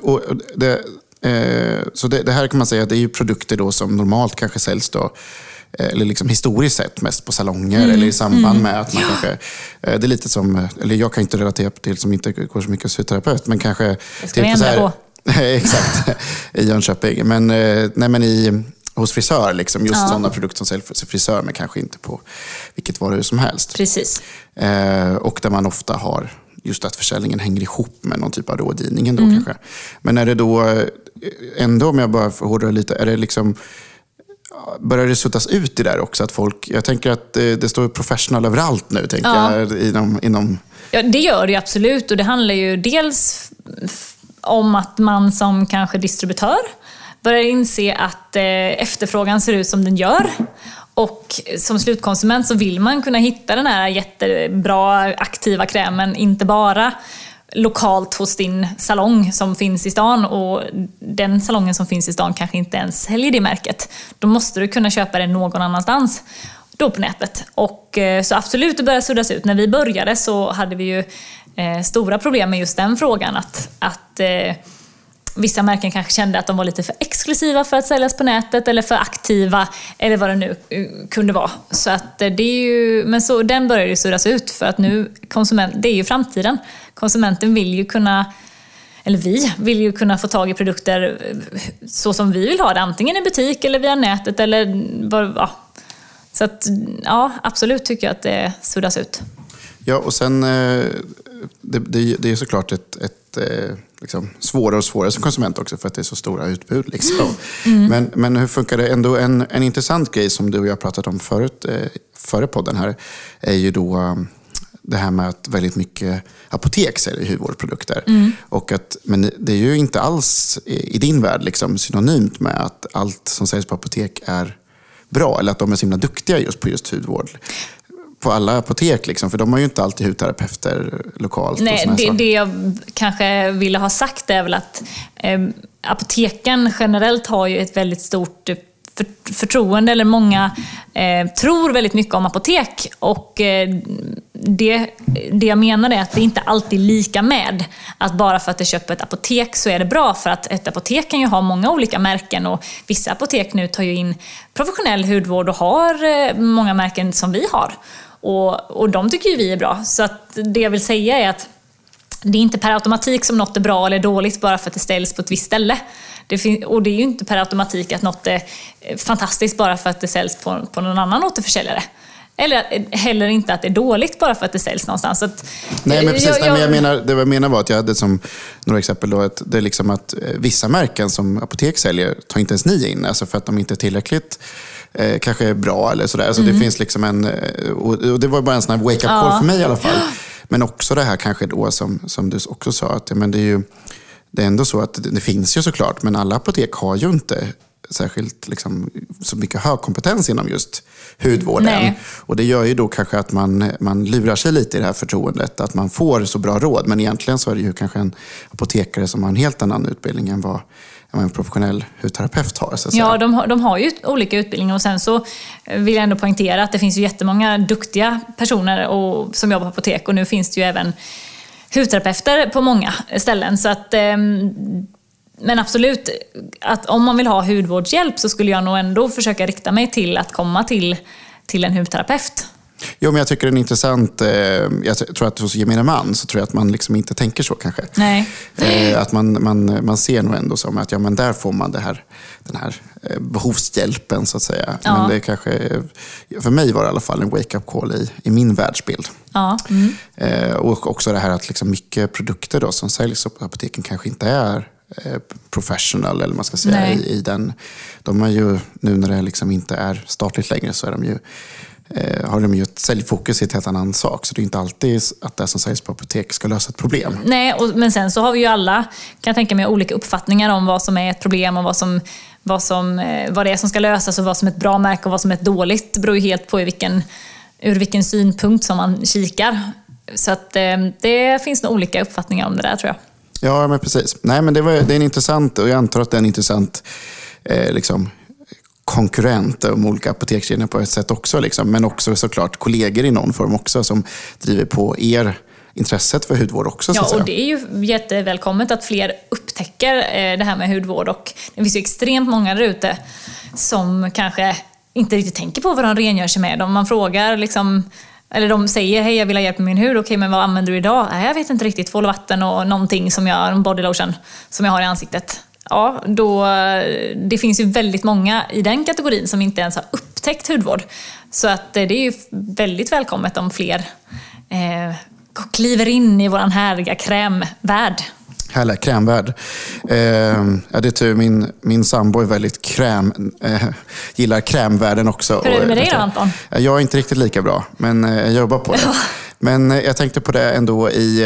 så det här kan man säga att det är ju produkter då som normalt kanske säljs då, eller liksom historiskt sett mest på salonger eller i samband med att man kanske, det är lite som, eller jag kan inte relatera till som inte går så mycket som terapeut, men kanske det ska vi ändra på. Exakt, i Jönköping. Men hos frisör, liksom, just sådana produkter som säljs för frisör, men kanske inte på vilket varuhus som helst. Precis. Och där man ofta har just att försäljningen hänger ihop med någon typ av rådgivning ändå kanske. Men är det då, ändå om jag bara förhårdar lite, är det liksom, börjar det suttas ut i där också? Att folk, jag tänker att det står professional överallt nu, tänker jag, inom... Ja, det gör det absolut, och det handlar ju dels om att man som kanske distributör börjar inse att efterfrågan ser ut som den gör. Och som slutkonsument så vill man kunna hitta den här jättebra aktiva krämen, inte bara lokalt hos din salong som finns i stan, och den salongen som finns i stan kanske inte ens säljer det märket. Då måste du kunna köpa det någon annanstans, då på nätet. Och så absolut, det börjar suddas ut. När vi började så hade vi ju stora problem med just den frågan, att vissa märken kanske kände att de var lite för exklusiva för att säljas på nätet, eller för aktiva, eller vad det nu kunde vara. Så att det är ju, men så den börjar ju suddas ut, för att nu det är ju framtiden. Konsumenten vill ju kunna, eller vi vill ju kunna få tag i produkter så som vi vill ha det, antingen i butik eller via nätet eller så att absolut tycker jag att det suddas ut. Ja, och sen det är såklart ett liksom svårare och svårare som konsument också, för att det är så stora utbud. Liksom. Men hur funkar det? Ändå en intressant grej som du och jag pratat om förut, före podden här, är ju då det här med att väldigt mycket apotek säljer hudvårdsprodukter. Och men det är ju inte alls i din värld liksom synonymt med att allt som säljs på apotek är bra, eller att de är så himla duktiga just på hudvård. På alla apotek, liksom, för de har ju inte alltid hudterapeuter lokalt. Nej, det jag kanske ville ha sagt är väl att apoteken generellt har ju ett väldigt stort förtroende, eller många tror väldigt mycket om apotek, och det jag menar är att det inte alltid är lika med att bara för att det köper ett apotek så är det bra, för att ett apotek kan ju ha många olika märken, och vissa apotek nu tar ju in professionell hudvård och har många märken som vi har, och de tycker ju vi är bra. Så att det jag vill säga är att det är inte per automatik som något är bra eller dåligt bara för att det ställs på ett visst ställe. Och det är ju inte per automatik att något är fantastiskt bara för att det säljs på någon annan återförsäljare. Eller heller inte att det är dåligt bara för att det säljs någonstans. Så att, nej, men precis. Det jag menar var att jag hade som några exempel då, att det är liksom att vissa märken som apotek säljer tar inte ens ni in, alltså för att de inte är tillräckligt kanske bra eller sådär. Så det finns liksom och det var bara en sån här wake-up call för mig i alla fall. Men också det här kanske då som du också sa, att men det är ändå så att det finns ju såklart, men alla apotek har ju inte särskilt liksom, så mycket högkompetens inom just hudvården. Nej. Och det gör ju då kanske att man lurar sig lite i det här förtroendet, att man får så bra råd. Men egentligen så är det ju kanske en apotekare som har en helt annan utbildning än vad en professionell hudterapeut har. Så att säga. De har ju olika utbildningar, och sen så vill jag ändå poängtera att det finns ju jättemånga duktiga personer som jobbar på apotek, och nu finns det ju även hudterapeuter på många ställen. Så att, men absolut, att om man vill ha hudvårdshjälp så skulle jag nog ändå försöka rikta mig till att komma till en hudterapeut. Jo, men jag tycker det är intressant. Jag tror att hos gemene man så tror jag att man liksom inte tänker så kanske. Nej. Att man ser nog ändå som att men där får man den här behovshjälpen så att säga. Ja. Men det kanske, för mig var det i alla fall en wake-up call i min världsbild. Ja. Och också det här att liksom mycket produkter då som säljs på apoteken kanske inte är professional, eller man ska säga, i den. De är ju, nu när det liksom inte är statligt längre, så är de ju har de ju ett säljfokus i ett helt annan sak. Så det är inte alltid att det som sägs på apotek ska lösa ett problem. Nej, men sen så har vi ju alla, kan jag tänka mig, olika uppfattningar om vad som är ett problem och vad det är som ska lösas, och vad som är ett bra märke och vad som är ett dåligt. Det beror ju helt på ur vilken synpunkt som man kikar. Så att det finns nog olika uppfattningar om det där, tror jag. Ja, men precis. Nej, men det är en intressant, och jag antar att det är en intressant liksom konkurrent om olika apotekskedjor på ett sätt också. Liksom. Men också såklart kollegor i någon form också som driver på intresset för hudvård också. Ja, och det är ju jättevälkommet att fler upptäcker det här med hudvård. Och det finns ju extremt många där ute som kanske inte riktigt tänker på vad de rengör sig med. Man frågar liksom, eller de säger, hej jag vill ha hjälp med min hud. Okej, men vad använder du idag? Nej, jag vet inte riktigt. Tvål och vatten och någonting en body lotion som jag har i ansiktet. Ja, det finns ju väldigt många i den kategorin som inte ens har upptäckt hudvård. Så att det är ju väldigt välkommet om fler kliver in i våran härliga krämvärld. Härliga krämvärld. Ja, det är tur, min sambo är väldigt gillar krämvärlden också. Hur är det med dig då, Anton? Jag är inte riktigt lika bra, men jag jobbar på det. Men jag tänkte på det ändå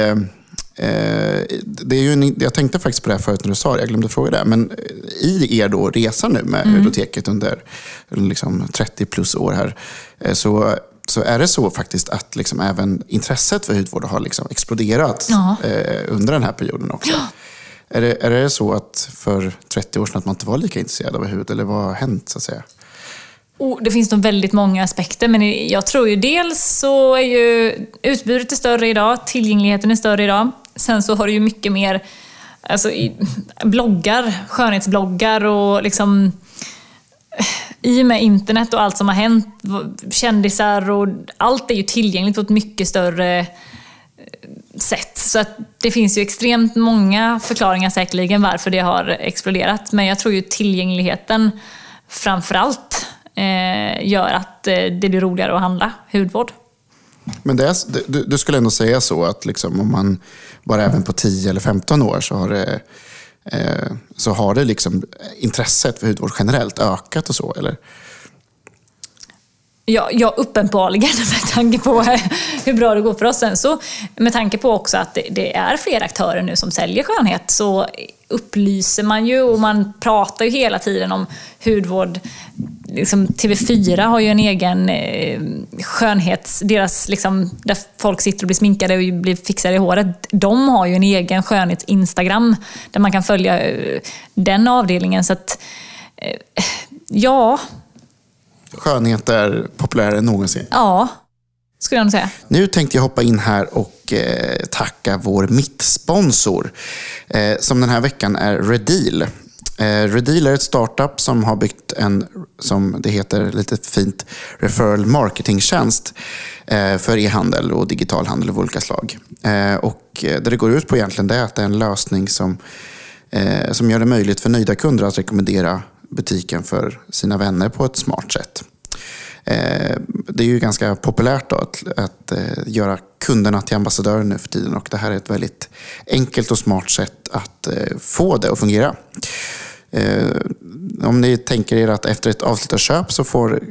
det är ju jag tänkte faktiskt på det här förut när du sa det, jag glömde fråga det. Men i er då resa nu med Hudoteket under liksom 30 plus år här, så är det så faktiskt att liksom även intresset för hudvård har liksom exploderat under den här perioden också. Ja. Är det så att för 30 år sedan att man inte var lika intresserad av hud, eller vad har hänt så att säga? Det finns nog väldigt många aspekter, men jag tror ju dels så är ju utbudet är större idag, tillgängligheten är större idag. Sen så har du ju mycket mer bloggar, skönhetsbloggar, och liksom i och med internet och allt som har hänt, kändisar och allt är ju tillgängligt på ett mycket större sätt. Så att det finns ju extremt många förklaringar säkerligen varför det har exploderat. Men jag tror ju tillgängligheten framförallt gör att det blir roligare att handla hudvård. Men du skulle ändå säga så att liksom, om man bara även på 10 eller 15 år så har det liksom intresset för hudvård generellt ökat och så, eller? Ja, uppenbarligen med tanke på hur bra det går för oss. Sen så med tanke på också att det är fler aktörer nu som säljer skönhet, så upplyser man ju, och man pratar ju hela tiden om hudvård. Liksom TV4 har ju en egen deras liksom, där folk sitter och blir sminkade och blir fixade i håret. De har ju en egen skönhets-Instagram där man kan följa den avdelningen. Så att ja. Skönhet är populärare än någonsin. Ja, skulle jag nog säga. Nu tänkte jag hoppa in här och tacka vår mittsponsor som den här veckan är Redeal. Redeal är ett startup som har byggt en, som det heter lite fint, referral marketingtjänst för e-handel och digital handel av olika slag. Och det går ut på egentligen det att det är en lösning som gör det möjligt för nöjda kunder att rekommendera butiken för sina vänner på ett smart sätt. Det är ju ganska populärt då att göra kunderna till ambassadörer nu för tiden, och det här är ett väldigt enkelt och smart sätt att få det att fungera. Om ni tänker er att efter ett avslutat köp så får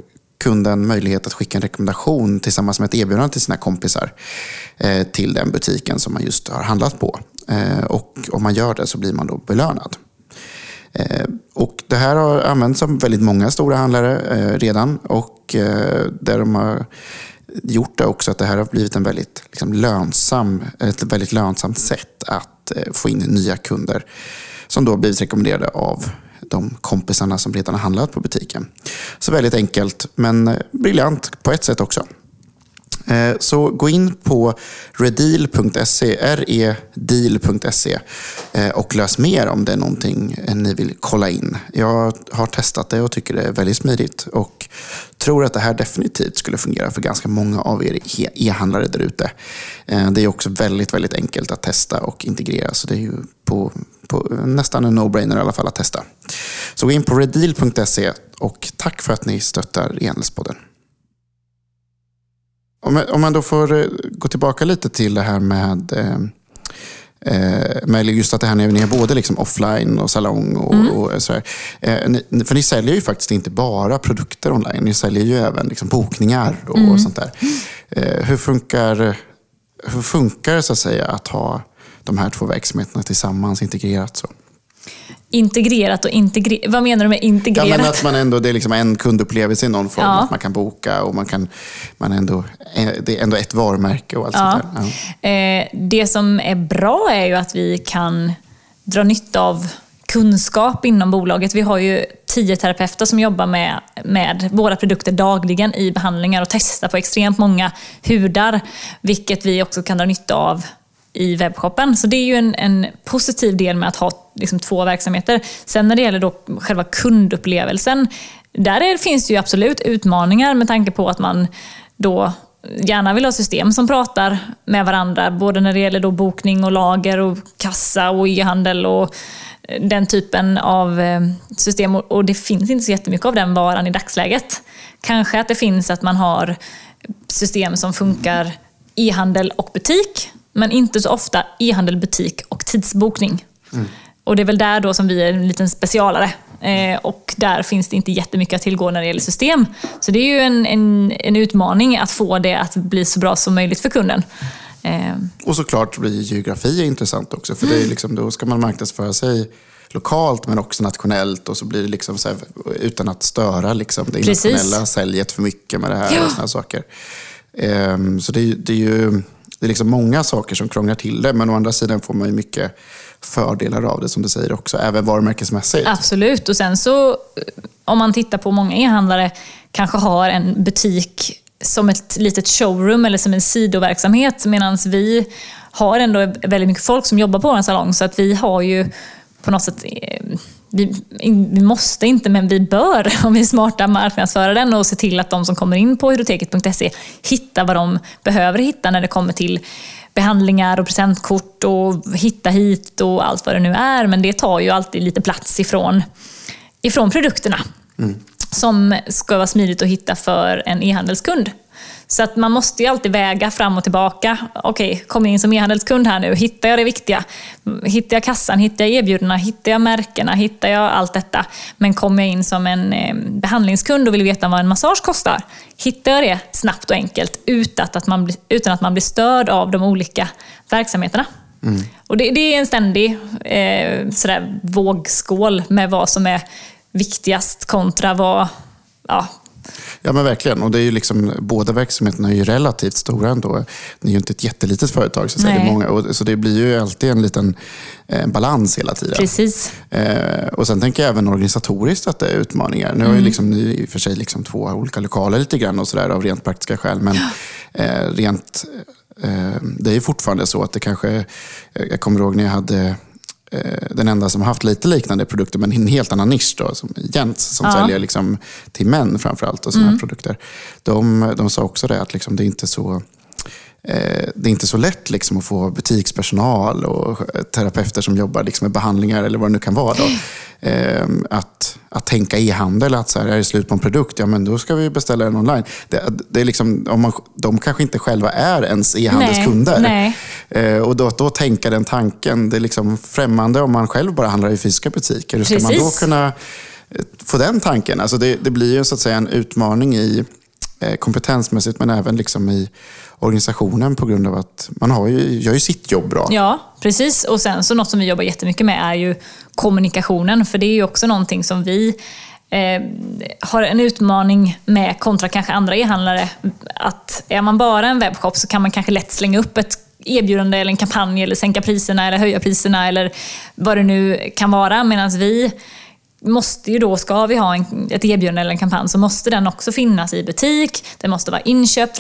kunden möjlighet att skicka en rekommendation tillsammans med ett erbjudande till sina kompisar till den butiken som man just har handlat på. Och om man gör det så blir man då belönad. Och det här har använts av väldigt många stora handlare redan, och där de har gjort det också att det här har blivit en väldigt ett väldigt lönsamt sätt att få in nya kunder som då har blivit rekommenderade av de kompisarna som redan har handlat på butiken. Så väldigt enkelt, men briljant på ett sätt också. Så gå in på redeal.se, redeal.se, och läs mer om det är någonting ni vill kolla in. Jag har testat det och tycker det är väldigt smidigt och tror att det här definitivt skulle fungera för ganska många av er e-handlare där ute. Det är också väldigt, väldigt enkelt att testa och integrera, så det är ju på nästan en no-brainer i alla fall att testa. Så gå in på redeal.se och tack för att ni stöttar e-handelspodden. Om man då får gå tillbaka lite till det här med just att det här ni är både liksom offline och salong och sådär. För ni säljer ju faktiskt inte bara produkter online, ni säljer ju även liksom bokningar och sånt där. Hur funkar det så att säga att ha de här två verksamheterna tillsammans integrerat så? Integrerat och vad menar du med integrerat? Ja, men att man ändå, det är liksom en kundupplevelse i någon form, att man kan boka och det är ändå ett varumärke och allt sånt där. Ja. Det som är bra är ju att vi kan dra nytta av kunskap inom bolaget. Vi har ju 10 terapeuter som jobbar med våra produkter dagligen i behandlingar och testar på extremt många hudar, vilket vi också kan dra nytta av i webbshoppen. Så det är ju en positiv del med att ha liksom 2 verksamheter. Sen när det gäller då själva kundupplevelsen, finns det ju absolut utmaningar med tanke på att man då gärna vill ha system som pratar med varandra, både när det gäller då bokning och lager och kassa och e-handel och den typen av system. Och det finns inte så jättemycket av den varan i dagsläget. Kanske att det finns att man har system som funkar e-handel och butik, men inte så ofta e-handel, butik och tidsbokning. Och det är väl där då som vi är en liten specialare. Och där finns det inte jättemycket att tillgå när det gäller system. Så det är ju en utmaning att få det att bli så bra som möjligt för kunden. Och såklart blir geografi intressant också. För det är liksom, då ska man marknadsföra sig lokalt men också nationellt. Och så blir det liksom så här, utan att störa liksom det internationella säljet för mycket med det här och såna här saker. Så det är ju... Det är liksom många saker som krånglar till det, men å andra sidan får man ju mycket fördelar av det, som du säger också, även varumärkesmässigt. Absolut, och sen så om man tittar på många e-handlare kanske har en butik som ett litet showroom eller som en sidoverksamhet, medan vi har ändå väldigt mycket folk som jobbar på en salong, så att vi har ju på något sätt... Vi måste inte, men vi bör, om vi är smarta, marknadsföra den och se till att de som kommer in på hydroteket.se hittar vad de behöver hitta när det kommer till behandlingar och presentkort och hitta hit och allt vad det nu är. Men det tar ju alltid lite plats ifrån produkterna som ska vara smidigt att hitta för en e-handelskund. Så att man måste ju alltid väga fram och tillbaka. Okej, kommer in som e-handelskund här nu. Hittar jag det viktiga? Hittar jag kassan? Hittar jag erbjudandena? Hittar jag märkena? Hittar jag allt detta? Men kommer jag in som en behandlingskund och vill veta vad en massage kostar? Hittar jag det snabbt och enkelt utan att man blir störd av de olika verksamheterna? Och det är en ständig vågskål med vad som är viktigast kontra vad... Ja, men verkligen. Och det är ju liksom, båda verksamheterna är ju relativt stora ändå. Det är ju inte ett jättelite företag, så, det är många, så det blir ju alltid en liten balans hela tiden. Precis. Och sen tänker jag även organisatoriskt att det är utmaningar. Nu har ju liksom, ni i och för sig liksom 2 olika lokaler lite grann och sådär av rent praktiska skäl. Men det är ju fortfarande så att det kanske... Jag kommer ihåg när jag hade... Den enda som har haft lite liknande produkter, men en helt annan nisch då, som Jens, som säljer liksom till män framförallt och såna här produkter. De sa också det att liksom, det är inte så lätt liksom, att få butikspersonal och terapeuter som jobbar liksom, med behandlingar eller vad det nu kan vara då. Att tänka e-handel, att så här, är det slut på en produkt, ja men då ska vi beställa den online. Det är liksom, de kanske inte själva är ens e-handelskunder. Nej. Och då tänka den tanken, det är liksom främmande om man själv bara handlar i fysiska butiker. Hur ska man då kunna få den tanken. Alltså det blir ju så att säga en utmaning i kompetensmässigt, men även liksom i organisationen på grund av att man gör ju sitt jobb bra. Ja, precis. Och sen så något som vi jobbar jättemycket med är ju kommunikationen. För det är ju också någonting som vi har en utmaning med kontra kanske andra e-handlare. Att är man bara en webbshop så kan man kanske lätt slänga upp ett erbjudande eller en kampanj eller sänka priserna eller höja priserna eller vad det nu kan vara. Medan vi måste ju då, ska vi ha ett erbjudande eller en kampanj, så måste den också finnas i butik. Den måste vara inköpt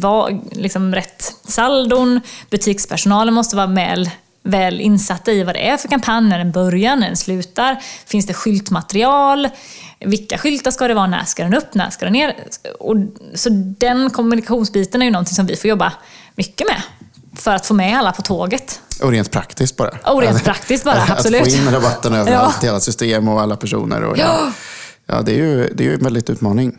rätt saldon. Butikspersonalen måste vara väl insatta i vad det är för kampanj, när den börjar, när den slutar. Finns det skyltmaterial? Vilka skyltar ska det vara? När ska den upp? När ska den ner? Så den kommunikationsbiten är ju någonting som vi får jobba mycket med för att få med alla på tåget. Och rent praktiskt bara. Absolut. Att få in rabatten överallt i hela system och alla personer. Och det är ju en väldigt utmaning.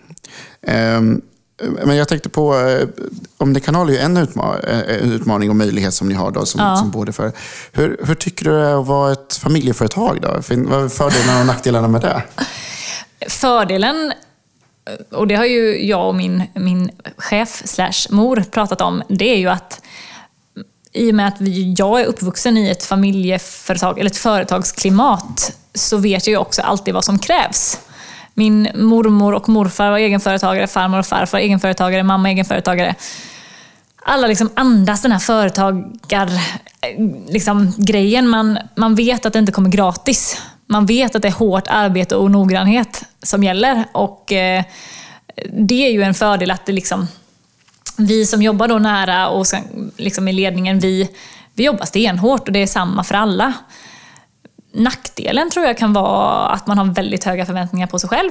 Men jag tänkte på, Omnikanal är ju en utmaning och möjlighet som ni har då, som både för. Hur tycker du det är att vara ett familjeföretag då? Vad är fördelarna och nackdelarna med det? Fördelen, och det har ju jag och min chef / mor pratat om, det är ju att i och med att jag är uppvuxen i ett familjeföretag eller ett företagsklimat, så vet jag ju också alltid vad som krävs. Min mormor och morfar var egenföretagare, farmor och farfar egenföretagare, mamma egenföretagare. Alla liksom andas den här grejen. Man vet att det inte kommer gratis. Man vet att det är hårt arbete och noggrannhet som gäller. Och det är ju en fördel att det vi som jobbar då nära och sen, i ledningen, vi jobbar stenhårt och det är samma för alla. Nackdelen tror jag kan vara att man har väldigt höga förväntningar på sig själv.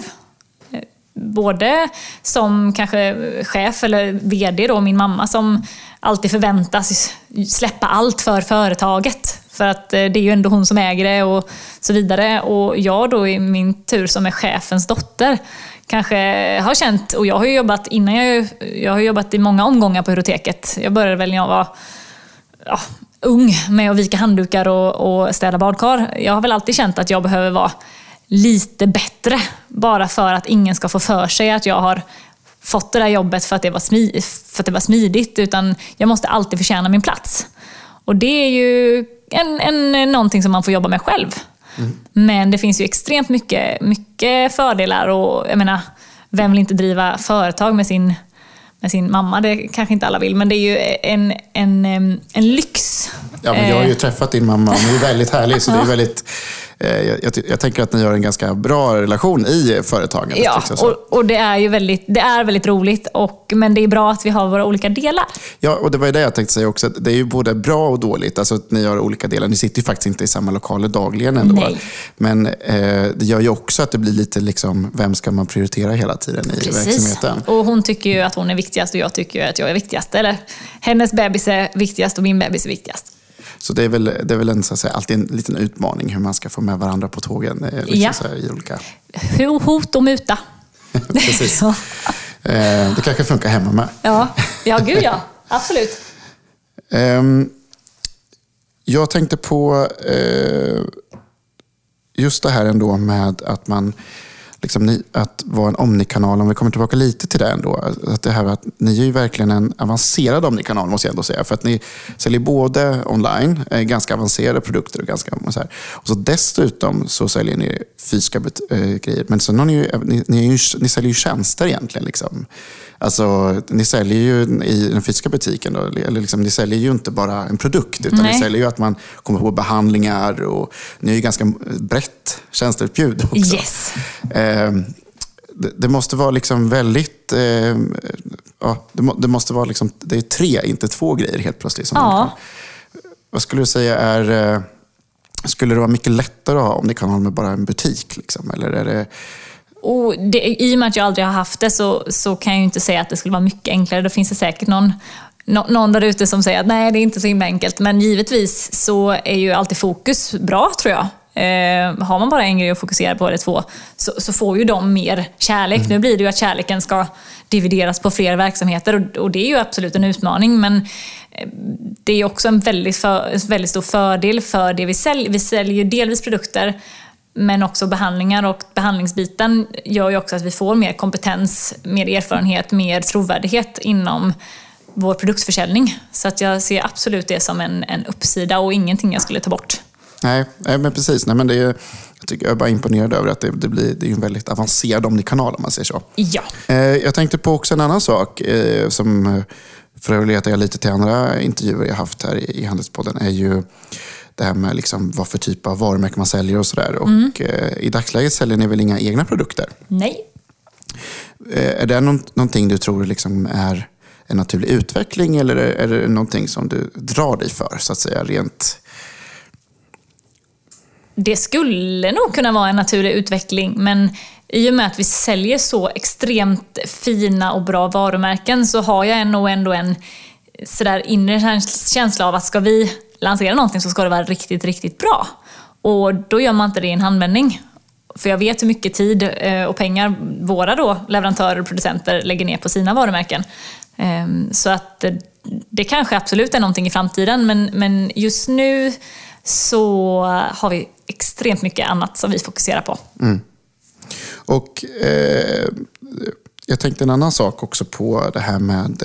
Både som kanske chef eller vd då, min mamma som alltid förväntas släppa allt för företaget. För att det är ju ändå hon som äger det och så vidare. Och jag då i min tur som är chefens dotter kanske har känt, och jag har ju jobbat jag har jobbat i många omgångar på Euroteket. Jag började väl när jag var ung med att vika handdukar och städa badkar. Jag har väl alltid känt att jag behöver vara lite bättre, bara för att ingen ska få för sig att jag har fått det där jobbet för att det var smidigt, utan jag måste alltid förtjäna min plats. Och det är ju någonting som man får jobba med själv. Men det finns ju extremt mycket fördelar, och jag menar, vem vill inte driva företag med sin mamma? Det kanske inte alla vill, men det är ju en lyx. Ja, men jag har ju träffat din mamma och hon är väldigt härlig, så det är väldigt... Jag tänker att ni har en ganska bra relation i företaget. Ja, och det är ju väldigt roligt, men det är bra att vi har våra olika delar. Ja, och det var ju det jag tänkte säga också. Det är ju både bra och dåligt. Alltså att ni har olika delar. Ni sitter ju faktiskt inte i samma lokaler dagligen ändå. Nej. Men det gör ju också att det blir lite vem ska man prioritera hela tiden i verksamheten. Och hon tycker ju att hon är viktigast och jag tycker ju att jag är viktigast. Eller hennes bebis är viktigast och min bebis är viktigast. Så det är väl så att säga, alltid en liten utmaning hur man ska få med varandra på tågen. Så här, i olika... Hot och muta. Precis. Det kanske funkar hemma med. Ja, gud ja. Absolut. Jag tänkte på just det här ändå med att man att vara en omnikanal, om vi kommer tillbaka lite till det ändå, att det här att ni är ju verkligen en avancerad omnikanal, måste jag ändå säga, för att ni säljer både online, ganska avancerade produkter och ganska så här, och så dessutom så säljer ni fysiska grejer, men sen har ni säljer ju tjänster egentligen Alltså, ni säljer ju i den fysiska butiken då, eller ni säljer ju inte bara en produkt, utan ni säljer ju att man kommer på behandlingar, och ni är ju ganska brett tjänsteutbud också. Yes. Det måste vara väldigt... det måste vara det är 3, inte 2 grejer helt plötsligt. Vad skulle du säga skulle det vara mycket lättare att ha om ni kan ha med bara en butik? Eller är det... Och i och med att jag aldrig har haft det så kan jag ju inte säga att det skulle vara mycket enklare. Då finns det säkert någon där ute som säger att nej, det är inte så himla enkelt. Men givetvis så är ju alltid fokus bra, tror jag. Har man bara en grej att fokusera på eller 2 så får ju de mer kärlek. Nu blir det ju att kärleken ska divideras på fler verksamheter, och det är ju absolut en utmaning, men det är också en väldigt stor fördel för det vi säljer. Vi säljer ju delvis produkter, Men också behandlingar, och behandlingsbiten gör ju också att vi får mer kompetens, mer erfarenhet, mer trovärdighet inom vår produktförsäljning. Så att jag ser absolut det som en uppsida och ingenting jag skulle ta bort. Nej, men precis. Nej, men det är, jag är bara imponerad över att det är en väldigt avancerad omnikanal, om man säger så. Ja. Jag tänkte på också en annan sak som för att relata lite till andra intervjuer jag haft här i Handelspodden är ju det här med liksom vad för typ av varumärken man säljer och sådär. Och i dagsläget säljer ni väl inga egna produkter? Nej. Är det någonting du tror liksom är en naturlig utveckling, eller är det någonting som du drar dig för, så att säga, rent? Det skulle nog kunna vara en naturlig utveckling, men i och med att vi säljer så extremt fina och bra varumärken så har jag ändå en sådär inre känsla av att ska vi lansera någonting så ska det vara riktigt, riktigt bra. Och då gör man inte det i en handvändning. För jag vet hur mycket tid och pengar våra då leverantörer och producenter lägger ner på sina varumärken. Så att det kanske absolut är någonting i framtiden, men just nu så har vi extremt mycket annat som vi fokuserar på. Mm. Och jag tänkte en annan sak också på det här med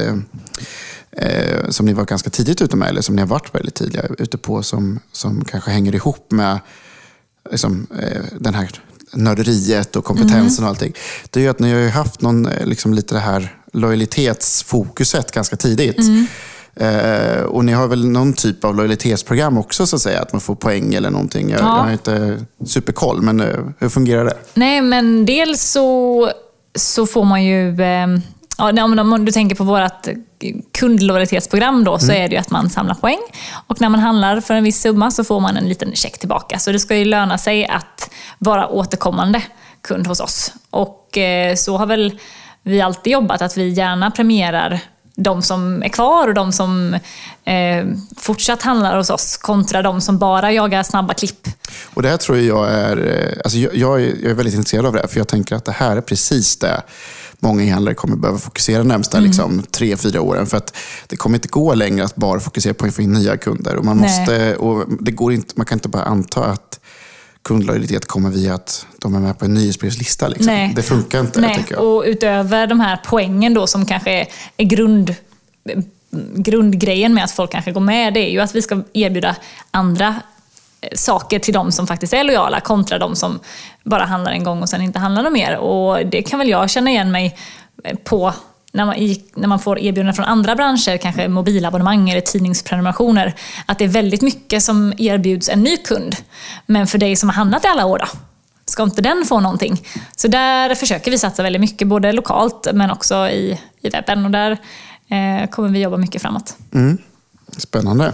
som ni var ganska tidigt ute med, eller som ni har varit väldigt tidiga ute på, som kanske hänger ihop med liksom, den här nörderiet och kompetensen och allting. Det är ju att ni har ju haft liksom lite det här lojalitetsfokuset ganska tidigt. Och ni har väl någon typ av lojalitetsprogram också, så att säga, att man får poäng eller någonting. Jag har inte superkoll, men hur fungerar det? Nej, men dels så får man ju... om du tänker på vårt kundlojalitetsprogram då, så är det ju att man samlar poäng. Och när man handlar för en viss summa så får man en liten check tillbaka. Så det ska ju löna sig att vara återkommande kund hos oss. Och så har väl vi alltid jobbat, att vi gärna premierar de som är kvar och de som fortsatt handlar hos oss kontra de som bara jagar snabba klipp. Och det här tror jag är... Alltså jag är väldigt intresserad av det här, för jag tänker att det här är precis det många e-handlare kommer behöva fokusera närmsta 3-4 åren. För att det kommer inte gå längre att bara fokusera på att få in nya kunder. Och man det går inte, man kan inte bara anta att kundlojalitet kommer via att de är med på en nyhetsbrevslista. Liksom. Det funkar inte, tycker jag. Och utöver de här poängen då, som kanske är grundgrejen med att folk kanske går med, det är ju att vi ska erbjuda andra saker till de som faktiskt är lojala kontra de som bara handlar en gång och sen inte handlar något mer. Och det kan väl jag känna igen mig på när man får erbjudanden från andra branscher, kanske mobilabonnemang eller tidningsprenumerationer, att det är väldigt mycket som erbjuds en ny kund. Men för dig som har handlat i alla år då, ska inte den få någonting? Så där försöker vi satsa väldigt mycket, både lokalt men också i webben, och där kommer vi jobba mycket framåt. Spännande.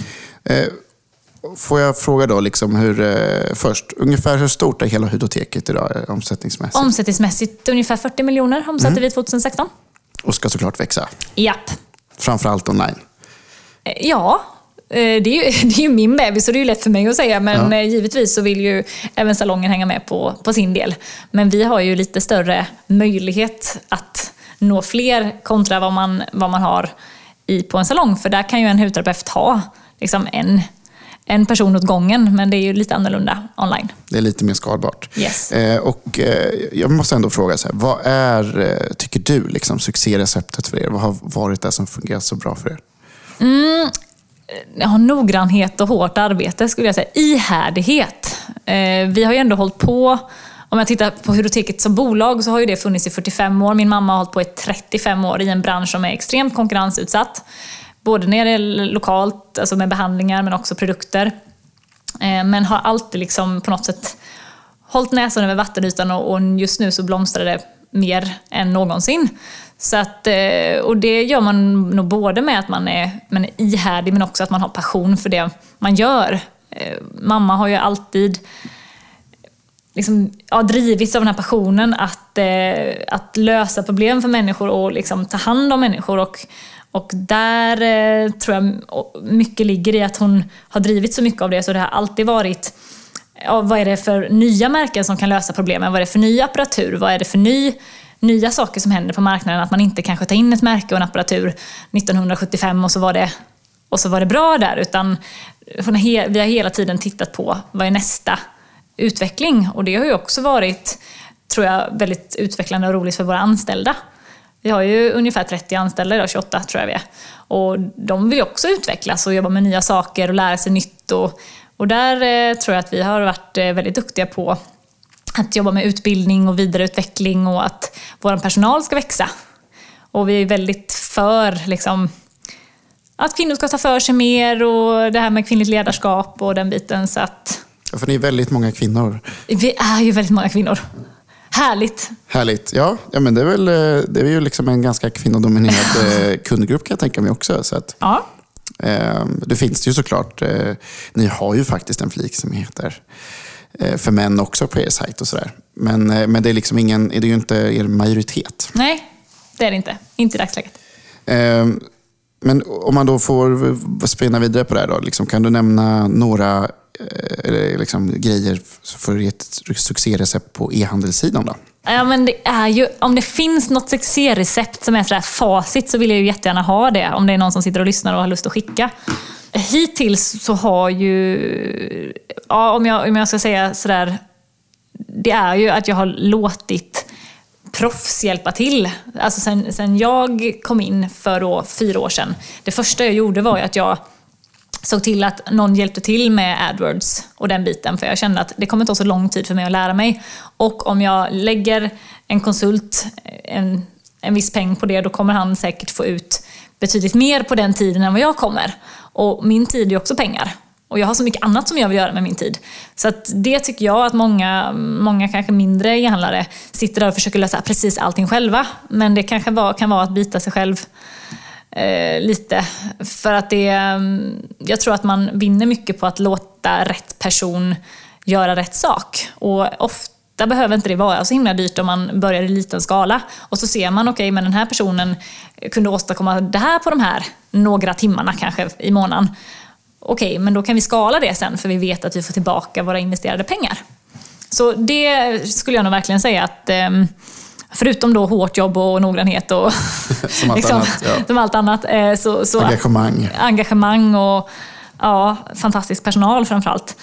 Får jag fråga då liksom först, ungefär hur stort är hela Hudoteket idag omsättningsmässigt? Omsättningsmässigt ungefär 40 miljoner omsatte vi 2016. Och ska såklart växa? Japp. Framförallt online? Ja, det är ju min bebis, så det är ju lätt för mig att säga. Men givetvis så vill ju även salongen hänga med på sin del. Men vi har ju lite större möjlighet att nå fler kontra vad man har på en salong. För där kan ju en hudterapeut ha liksom en person åt gången, men det är ju lite annorlunda online. Det är lite mer skalbart. Yes. Och jag måste ändå fråga så här, vad är, tycker du, liksom, succéreceptet för er? Vad har varit det som fungerat så bra för er? Noggrannhet och hårt arbete, skulle jag säga. Ihärdighet. Vi har ju ändå hållit på, om jag tittar på Hudoteket som bolag, så har ju det funnits i 45 år. Min mamma har hållit på i 35 år i en bransch som är extremt konkurrensutsatt. Både när det är lokalt, alltså med behandlingar, men också produkter. Men har alltid liksom på något sätt hållit näsan över vattenytan, och just nu så blomstrar det mer än någonsin. Så att, och det gör man nog både med att man är ihärdig, men också att man har passion för det man gör. Mamma har ju alltid liksom, drivits av den här passionen att lösa problem för människor och liksom ta hand om människor. Och där tror jag mycket ligger i att hon har drivit så mycket av det. Så det har alltid varit, vad är det för nya märken som kan lösa problemen? Vad är det för ny apparatur? Vad är det för nya saker som händer på marknaden? Att man inte kanske tar in ett märke och en apparatur 1975 och så var det bra där. Utan vi har hela tiden tittat på vad är nästa utveckling. Och det har ju också varit, tror jag, väldigt utvecklande och roligt för våra anställda. Vi har ju ungefär 30 anställda idag, 28 tror jag vi är. Och de vill ju också utvecklas och jobba med nya saker och lära sig nytt. Och där tror jag att vi har varit väldigt duktiga på att jobba med utbildning och vidareutveckling och att vår personal ska växa. Och vi är väldigt för liksom, att kvinnor ska ta för sig mer och det här med kvinnligt ledarskap och den biten. Så att... Ja, för ni är väldigt många kvinnor. Vi är ju väldigt många kvinnor. Härligt. Härligt. Ja, men det är ju liksom en ganska kvinnodominerad kundgrupp kan jag tänka mig också. Så att, ja. Det finns ju såklart. Ni har ju faktiskt en flik som heter för män också på er sajt och sådär. Men det är liksom det är ju inte er majoritet. Nej, det är det inte. Inte i dagsläget. Men om man då får spinna vidare på det här då, liksom, kan du nämna några liksom, grejer för ett succérecept på e-handelssidan då? Ja, men det är ju, om det finns något succérecept som är sådär facit så vill jag ju jättegärna ha det. Om det är någon som sitter och lyssnar och har lust att skicka. Hittills så har ju, om jag ska säga sådär, det är ju att jag har låtit proffs hjälpa till. Alltså sen jag kom in för 4 år sedan. Det första jag gjorde var ju att jag såg till att någon hjälpte till med AdWords och den biten. För jag kände att det kommer inte ta så lång tid för mig att lära mig. Och om jag lägger en konsult en viss peng på det, då kommer han säkert få ut betydligt mer på den tiden än vad jag kommer. Och min tid är också pengar. Och jag har så mycket annat som jag vill göra med min tid. Så att det tycker jag att många kanske mindre e-handlare sitter där och försöker lösa precis allting själva. Men det kanske kan vara att bita sig själv lite. För att jag tror att man vinner mycket på att låta rätt person göra rätt sak. Och ofta behöver inte det vara så himla dyrt om man börjar i liten skala. Och så ser man, okej, men den här personen kunde åstadkomma det här på de här några timmarna kanske i månaden. Okej, men då kan vi skala det sen för vi vet att vi får tillbaka våra investerade pengar. Så det skulle jag nog verkligen säga att förutom då hårt jobb och noggrannhet och som allt liksom, annat, ja. Som allt annat så engagemang och fantastisk personal framförallt,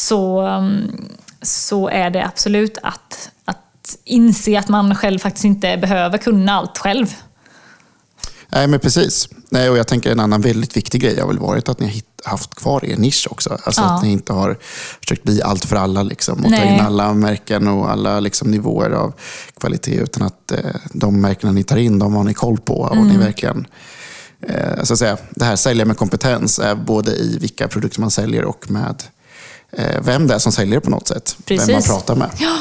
så är det absolut att inse att man själv faktiskt inte behöver kunna allt själv. Nej, men precis. Nej, och jag tänker en annan väldigt viktig grej har väl varit att ni har haft kvar er nisch också. Alltså att ni inte har försökt bli allt för alla liksom, och ta in alla märken och alla liksom, nivåer av kvalitet, utan att de märkena ni tar in, de har ni koll på. Och ni verkligen, så att säga, det här sälja med kompetens är både i vilka produkter man säljer och med vem det är som säljer på något sätt. Precis. Vem man pratar med. Ja.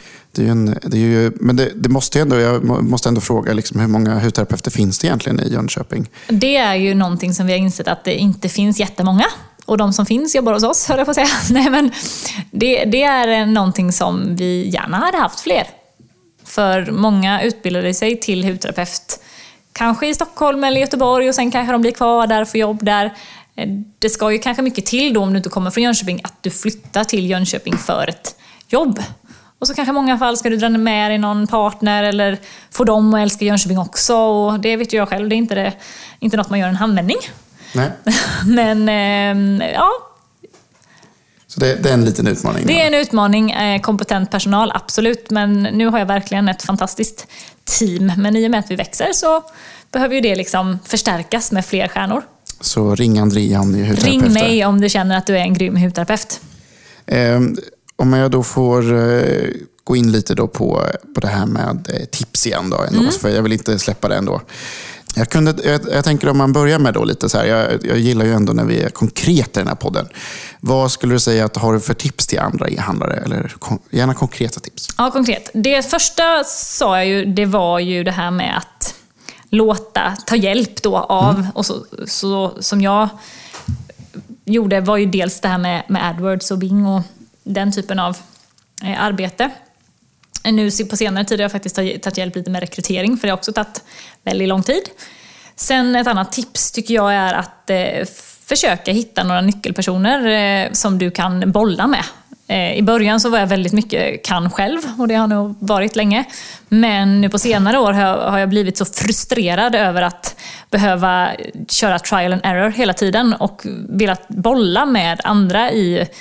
Men det måste ändå, jag måste ändå fråga liksom, hur många hudterapeuter finns det egentligen i Jönköping? Det är ju någonting som vi har insett att det inte finns jättemånga. Och de som finns jobbar hos oss, höll jag på att säga. Nej, men det är någonting som vi gärna hade haft fler. För många utbildade sig till hudterapeut. Kanske i Stockholm eller Göteborg och sen kanske de blir kvar där för jobb där. Det ska ju kanske mycket till då om du inte kommer från Jönköping att du flyttar till Jönköping för ett jobb. Och så kanske i många fall ska du dra med dig någon partner eller få dem att älska Jönköping också. Och det vet ju jag själv, det är inte något man gör en handvändning. Nej. Men ja. Så det är en liten utmaning? Det är en utmaning, kompetent personal, absolut. Men nu har jag verkligen ett fantastiskt team. Men i och med att vi växer så behöver ju det liksom förstärkas med fler stjärnor. Så ring Andrea om ni är hudterapeut. Ring mig om du känner att du är en grym hudterapeut. Om jag då får gå in lite då på det här med tips igen då, ändå, för jag vill inte släppa det ändå. Jag tänker om man börjar med då lite så här, jag gillar ju ändå när vi är konkreta i den här podden. Vad skulle du säga att har du för tips till andra e-handlare, eller gärna konkreta tips? Ja, konkret. Det första sa jag ju, det var ju det här med att ta hjälp då av, och så som jag gjorde var ju dels det här med AdWords och Bing och den typen av arbete. Nu på senare tid har jag faktiskt tagit hjälp lite med rekrytering, för det har också tagit väldigt lång tid. Sen ett annat tips tycker jag är att försöka hitta några nyckelpersoner som du kan bolla med. I början så var jag väldigt mycket kan själv, och det har nog varit länge. Men nu på senare år har jag blivit så frustrerad över att behöva köra trial and error hela tiden och velat bolla med andra i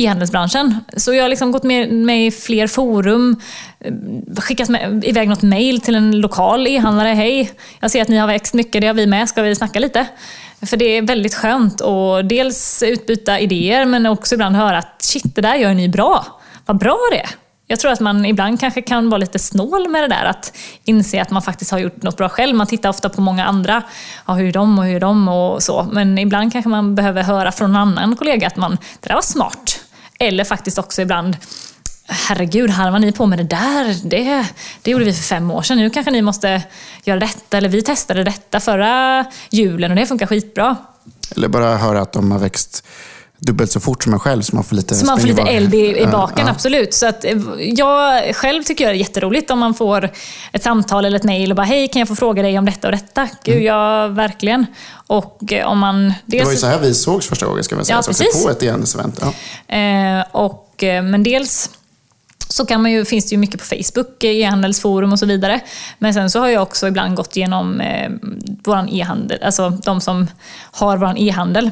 e-handelsbranschen. Så jag har liksom gått med i fler forum, skickat iväg något mejl till en lokal e-handlare. Hej, jag ser att ni har växt mycket, det har vi med. Ska vi snacka lite? För det är väldigt skönt att dels utbyta idéer, men också ibland höra att shit, det där gör ni bra. Vad bra det är. Jag tror att man ibland kanske kan vara lite snål med det där, att inse att man faktiskt har gjort något bra själv. Man tittar ofta på många andra, ja, hur är de och så. Men ibland kanske man behöver höra från en annan kollega att det där var smart. Eller faktiskt också ibland, herregud, här var ni på med det där. Det gjorde vi för 5 år sedan. Nu kanske ni måste göra detta. Eller vi testade detta förra julen och det funkar skitbra. Eller bara höra att de har växt dubbelt så fort som man själv, så man får lite eld i baken, absolut. Så att jag själv tycker det är jätteroligt om man får ett samtal eller ett mejl och bara, hej, kan jag få fråga dig om detta och detta? Gud, ja, verkligen. Och om man... Det var ju så här vi sågs första gången, ska man säga. Ja, precis. På ett e-handelsevent. Ja. Men dels så finns det ju mycket på Facebook, e-handelsforum och så vidare. Men sen så har jag också ibland gått igenom våran e-handel, alltså de som har våran e-handel,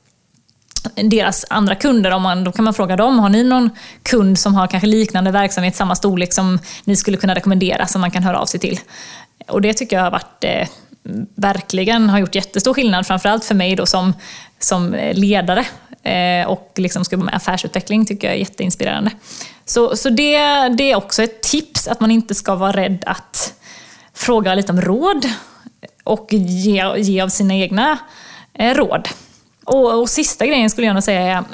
deras andra kunder, då kan man fråga dem, har ni någon kund som har kanske liknande verksamhet, samma storlek som ni skulle kunna rekommendera, som man kan höra av sig till. Och det tycker jag har varit verkligen har gjort jättestor skillnad, framförallt för mig då som ledare och liksom ska med affärsutveckling, tycker jag är jätteinspirerande. Så det är också ett tips, att man inte ska vara rädd att fråga lite om råd och ge av sina egna råd. Och sista grejen skulle jag nog säga är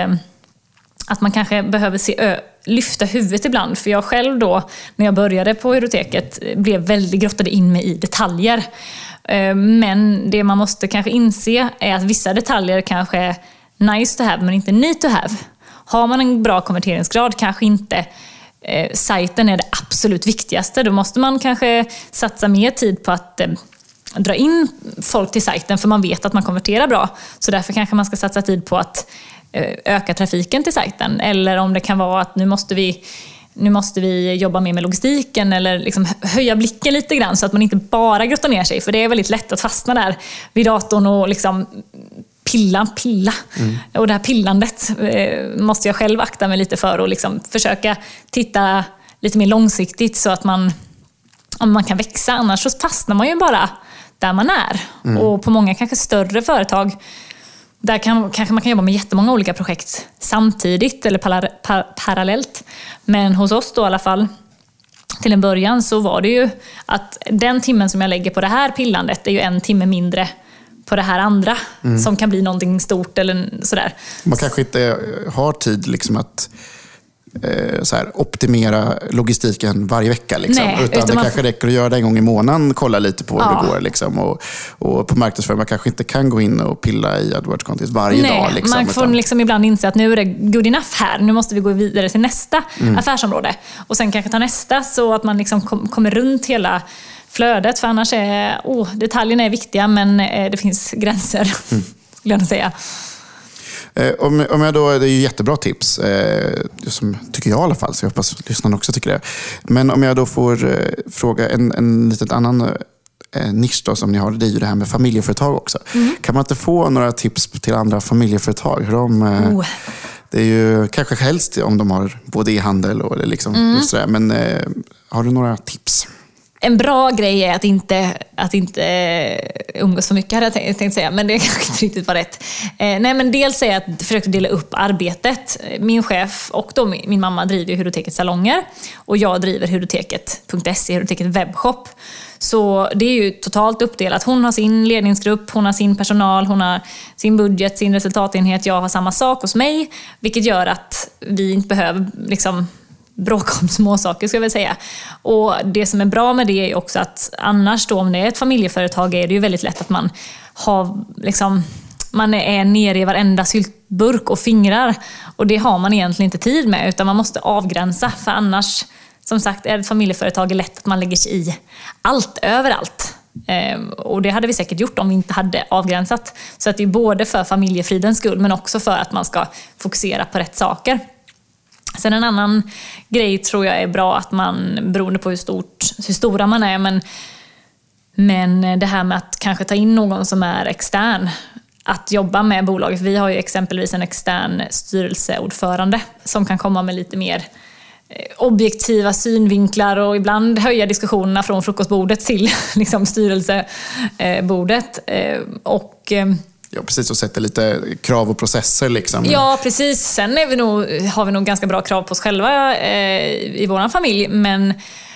att man kanske behöver lyfta huvudet ibland. För jag själv då, när jag började på Hyroteket, blev väldigt grottade in mig i detaljer. Men det man måste kanske inse är att vissa detaljer kanske är nice to have men inte need to have. Har man en bra konverteringsgrad kanske inte sajten är det absolut viktigaste. Då måste man kanske satsa mer tid på att dra in folk till sajten, för man vet att man konverterar bra. Så därför kanske man ska satsa tid på att öka trafiken till sajten. Eller om det kan vara att nu måste vi jobba mer med logistiken, eller liksom höja blicken lite grann så att man inte bara grottar ner sig. För det är väldigt lätt att fastna där vid datorn och liksom pilla. Och det här pillandet måste jag själv akta mig lite för och liksom försöka titta lite mer långsiktigt så att man kan växa. Annars så fastnar man ju bara där man är. Och på många kanske större företag, där kanske man kan jobba med jättemånga olika projekt samtidigt eller parallellt. Men hos oss då i alla fall, till en början så var det ju att den timmen som jag lägger på det här pillandet är ju 1 timme mindre på det här andra som kan bli någonting stort eller sådär. Man kanske inte har tid liksom att så här, optimera logistiken varje vecka. Liksom. Nej, utan det kanske räcker att göra det en gång i månaden, kolla lite på hur det går. Liksom. Och på marknadsföring, man kanske inte kan gå in och pilla i AdWords content varje dag. Liksom, man får liksom ibland inse att nu är det good enough här. Nu måste vi gå vidare till nästa affärsområde. Och sen kanske ta nästa, så att man liksom kommer runt hela flödet. För annars detaljerna är viktiga, men det finns gränser, skulle jag säga. Om jag då, det är ju jättebra tips, som tycker jag i alla fall, så jag hoppas lyssnarna också tycker det. Men om jag då får fråga en liten annan nisch då, som ni har, det är ju det här med familjeföretag också. Kan man inte få några tips till andra familjeföretag? Hur det är ju kanske helst om de har både e-handel och liksom just det, men har du några tips? En bra grej är att inte umgås för mycket, hade jag tänkt säga, men det kanske inte riktigt var rätt. Nej, men dels är jag att försöka dela upp arbetet. Min chef och då min mamma driver ju Hyrotekets salonger och jag driver Hyroteket.se, Hyroteket webbshop. Så det är ju totalt uppdelat. Hon har sin ledningsgrupp, hon har sin personal, hon har sin budget, sin resultatenhet. Jag har samma sak hos mig, vilket gör att vi inte behöver liksom bråka om små saker, ska jag väl säga. Och det som är bra med det är också att annars då, om det är ett familjeföretag, är det ju väldigt lätt att man har liksom, man är nere i varenda syltburk och fingrar, och det har man egentligen inte tid med, utan man måste avgränsa, för annars, som sagt, är ett familjeföretag lätt att man lägger sig i allt, överallt. Och det hade vi säkert gjort om vi inte hade avgränsat. Så att det är både för familjefridens skull, men också för att man ska fokusera på rätt saker. Sen en annan grej tror jag är bra, att man, beroende på hur stora man är, men det här med att kanske ta in någon som är extern att jobba med bolaget. Vi har ju exempelvis en extern styrelseordförande som kan komma med lite mer objektiva synvinklar och ibland höja diskussionerna från frukostbordet till liksom styrelsebordet. Ja, precis, och sätter lite krav och processer liksom. Ja, precis. Sen har vi nog ganska bra krav på oss själva i vår familj, men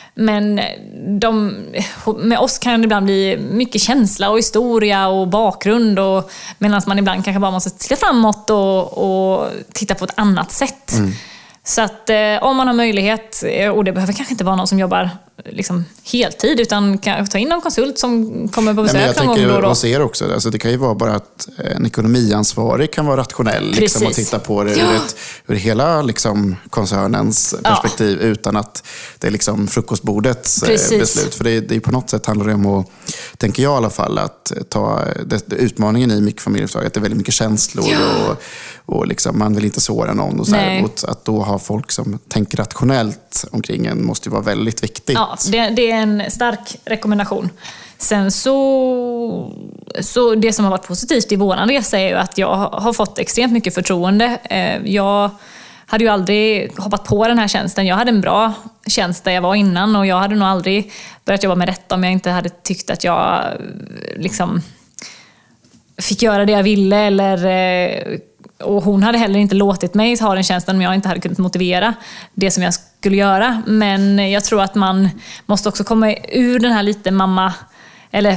med oss kan det ibland bli mycket känsla och historia och bakgrund, medan man ibland kanske bara måste titta framåt och titta på ett annat sätt. Så att om man har möjlighet, och det behöver kanske inte vara någon som jobbar liksom heltid, utan kan ta in någon konsult som kommer på besök någon gång då. Jag tänker hos er också, alltså det kan ju vara bara att en ekonomiansvarig kan vara rationell liksom, och titta på det ur hela liksom, koncernens perspektiv utan att det är liksom frukostbordets beslut. För det är på något sätt handlar det om att, tänker jag i alla fall, att ta utmaningen i mikrofamiljeföretag, att det är väldigt mycket känslor och liksom, man vill inte såra någon och så här, mot att då ha folk som tänker rationellt omkring en måste ju vara väldigt viktigt. Ja, det är en stark rekommendation. Sen så det som har varit positivt i våran resa är ju att jag har fått extremt mycket förtroende. Jag hade ju aldrig hoppat på den här tjänsten. Jag hade en bra tjänst där jag var innan och jag hade nog aldrig börjat jobba med detta om jag inte hade tyckt att jag liksom fick göra det jag ville och hon hade heller inte låtit mig ha den tjänsten om jag inte hade kunnat motivera det som jag skulle göra. Men jag tror att man måste också komma ur den här lite mamma eller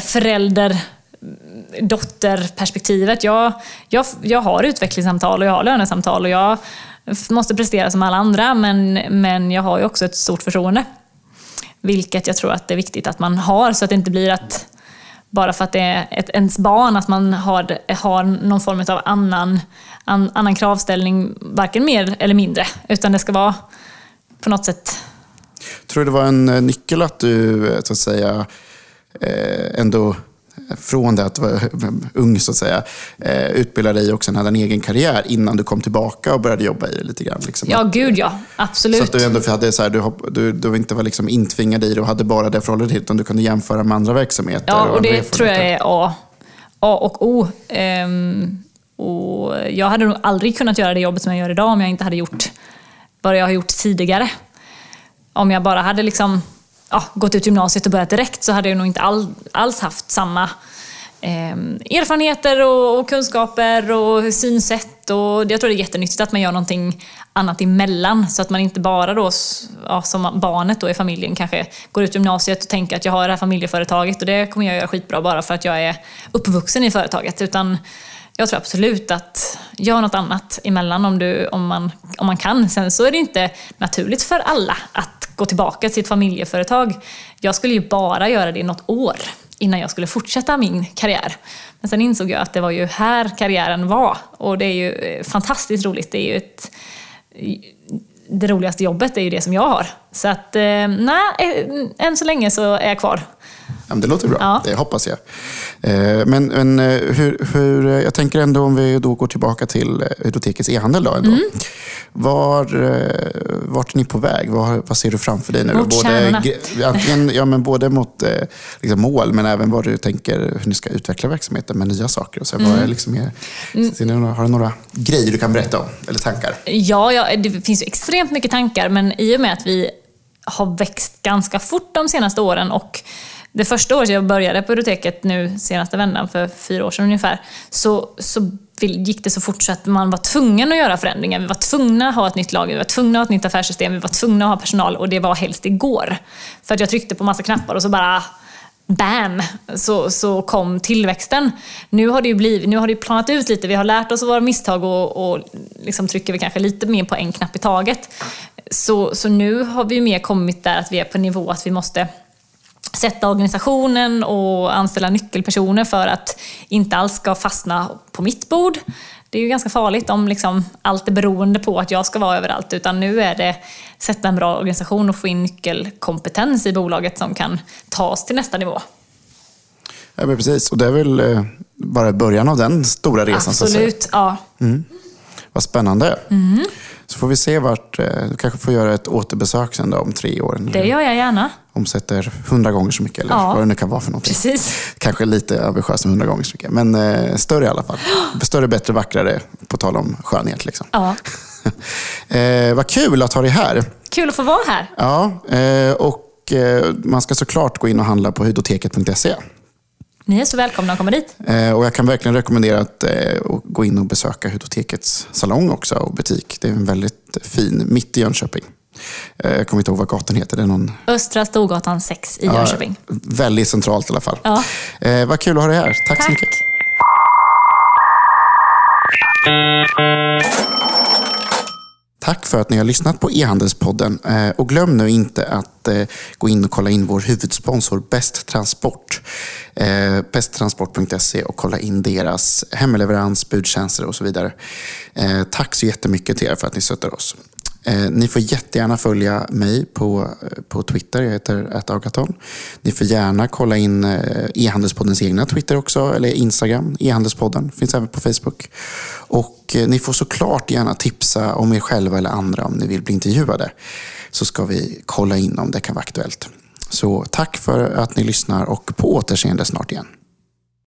förälder-dotter-perspektivet. Jag har utvecklingssamtal och jag har lönesamtal och jag måste prestera som alla andra, men jag har ju också ett stort förtroende. Vilket jag tror att det är viktigt att man har, så att det inte blir att bara för att det är ens barn att man har någon form av annan kravställning, varken mer eller mindre, utan det ska vara på något sätt. Tror du det var en nyckel att du så att säga ändå från det att du var ung så att säga utbildade dig och sen hade en egen karriär innan du kom tillbaka och började jobba i det lite grann liksom? Ja, gud ja, absolut. Så att du ändå hade så här, du inte var liksom intvingad i det och hade bara det förhållandet till, utan du kunde jämföra med andra verksamheter. Ja, och det tror jag är A och O. Och jag hade nog aldrig kunnat göra det jobbet som jag gör idag om jag inte hade gjort vad jag har gjort tidigare. Om jag bara hade liksom gått ut gymnasiet och börjat direkt, så hade jag nog inte alls haft samma erfarenheter och kunskaper och synsätt. Och jag tror det är jättenyttigt att man gör någonting annat emellan, så att man inte bara då, som barnet då i familjen kanske går ut gymnasiet och tänker att jag har det här familjeföretaget och det kommer jag göra skitbra bara för att jag är uppvuxen i företaget. Utan jag tror absolut att gör något annat emellan om man kan. Sen så är det inte naturligt för alla att gå tillbaka till sitt familjeföretag. Jag skulle ju bara göra det i något år innan jag skulle fortsätta min karriär. Men sen insåg jag att det var ju här karriären var. Och det är ju fantastiskt roligt. Det är ju det roligaste jobbet är ju det som jag har. Så att än så länge så är jag kvar. Ja, det låter bra, ja. Det hoppas jag. Men hur, jag tänker ändå om vi då går tillbaka till Hydotekets e-handel då ändå. Vart är ni på väg? Vad ser du framför dig nu? Både mot liksom mål, men även vad du tänker hur ni ska utveckla verksamheten med nya saker. Och så. Vad är liksom har du några grejer du kan berätta om, eller tankar? Ja, det finns ju extremt mycket tankar, men i och med att vi har växt ganska fort de senaste åren och det första året jag började på Hydoteket nu senaste vändan för 4 år sedan ungefär, så gick det så fort så att man var tvungen att göra förändringar. Vi var tvungna att ha ett nytt lager, vi var tvungna att ha ett nytt affärssystem, vi var tvungna att ha personal, och det var helst igår. För att jag tryckte på massa knappar och så bara bam, så kom tillväxten. Nu har det planat ut lite, vi har lärt oss av våra misstag och liksom trycker vi kanske lite mer på en knapp i taget. Så nu har vi mer kommit där att vi är på nivå att vi måste sätta organisationen och anställa nyckelpersoner för att inte alls ska fastna på mitt bord. Det är ju ganska farligt om liksom allt är beroende på att jag ska vara överallt, utan nu är det sätta en bra organisation och få in nyckelkompetens i bolaget som kan ta oss till nästa nivå. Ja, men precis. Och det är väl bara början av den stora resan. Absolut, ja. Vad spännande. Så får vi se vart, du kanske får göra ett återbesök sen då, om 3 år. Det gör jag gärna. Omsätter 100 gånger så mycket, eller vad det nu kan vara för någonting. Precis. Kanske lite ambitiöst med 100 gånger så mycket, men större i alla fall. Större, bättre, vackrare, på tal om skönhet liksom. Ja. Vad kul att ha dig här. Kul att få vara här. Ja, och man ska såklart gå in och handla på hudoteket.se. Ni är så välkomna att komma dit. Och jag kan verkligen rekommendera att gå in och besöka Hudotekets salong också och butik. Det är en väldigt fin, mitt i Jönköping. Jag kommer inte ihåg vad gatan heter. Det är någon... Östra Storgatan 6 i Jönköping. Väldigt centralt i alla fall. Ja. Vad kul att ha dig här. Tack så mycket. Tack för att ni har lyssnat på e-handelspodden. Och glöm nu inte att gå in och kolla in vår huvudsponsor Bäst Transport. Besttransport.se och kolla in deras hemleverans, budtjänster och så vidare. Tack så jättemycket till er för att ni stöttar oss. Ni får jättegärna följa mig på Twitter. Jag heter @agaton. Ni får gärna kolla in e-handelspoddens egna Twitter också. Eller Instagram, e-handelspodden. Finns även på Facebook. Och ni får såklart gärna tipsa om er själva eller andra om ni vill bli intervjuade. Så ska vi kolla in om det kan vara aktuellt. Så tack för att ni lyssnar och på återseende snart igen.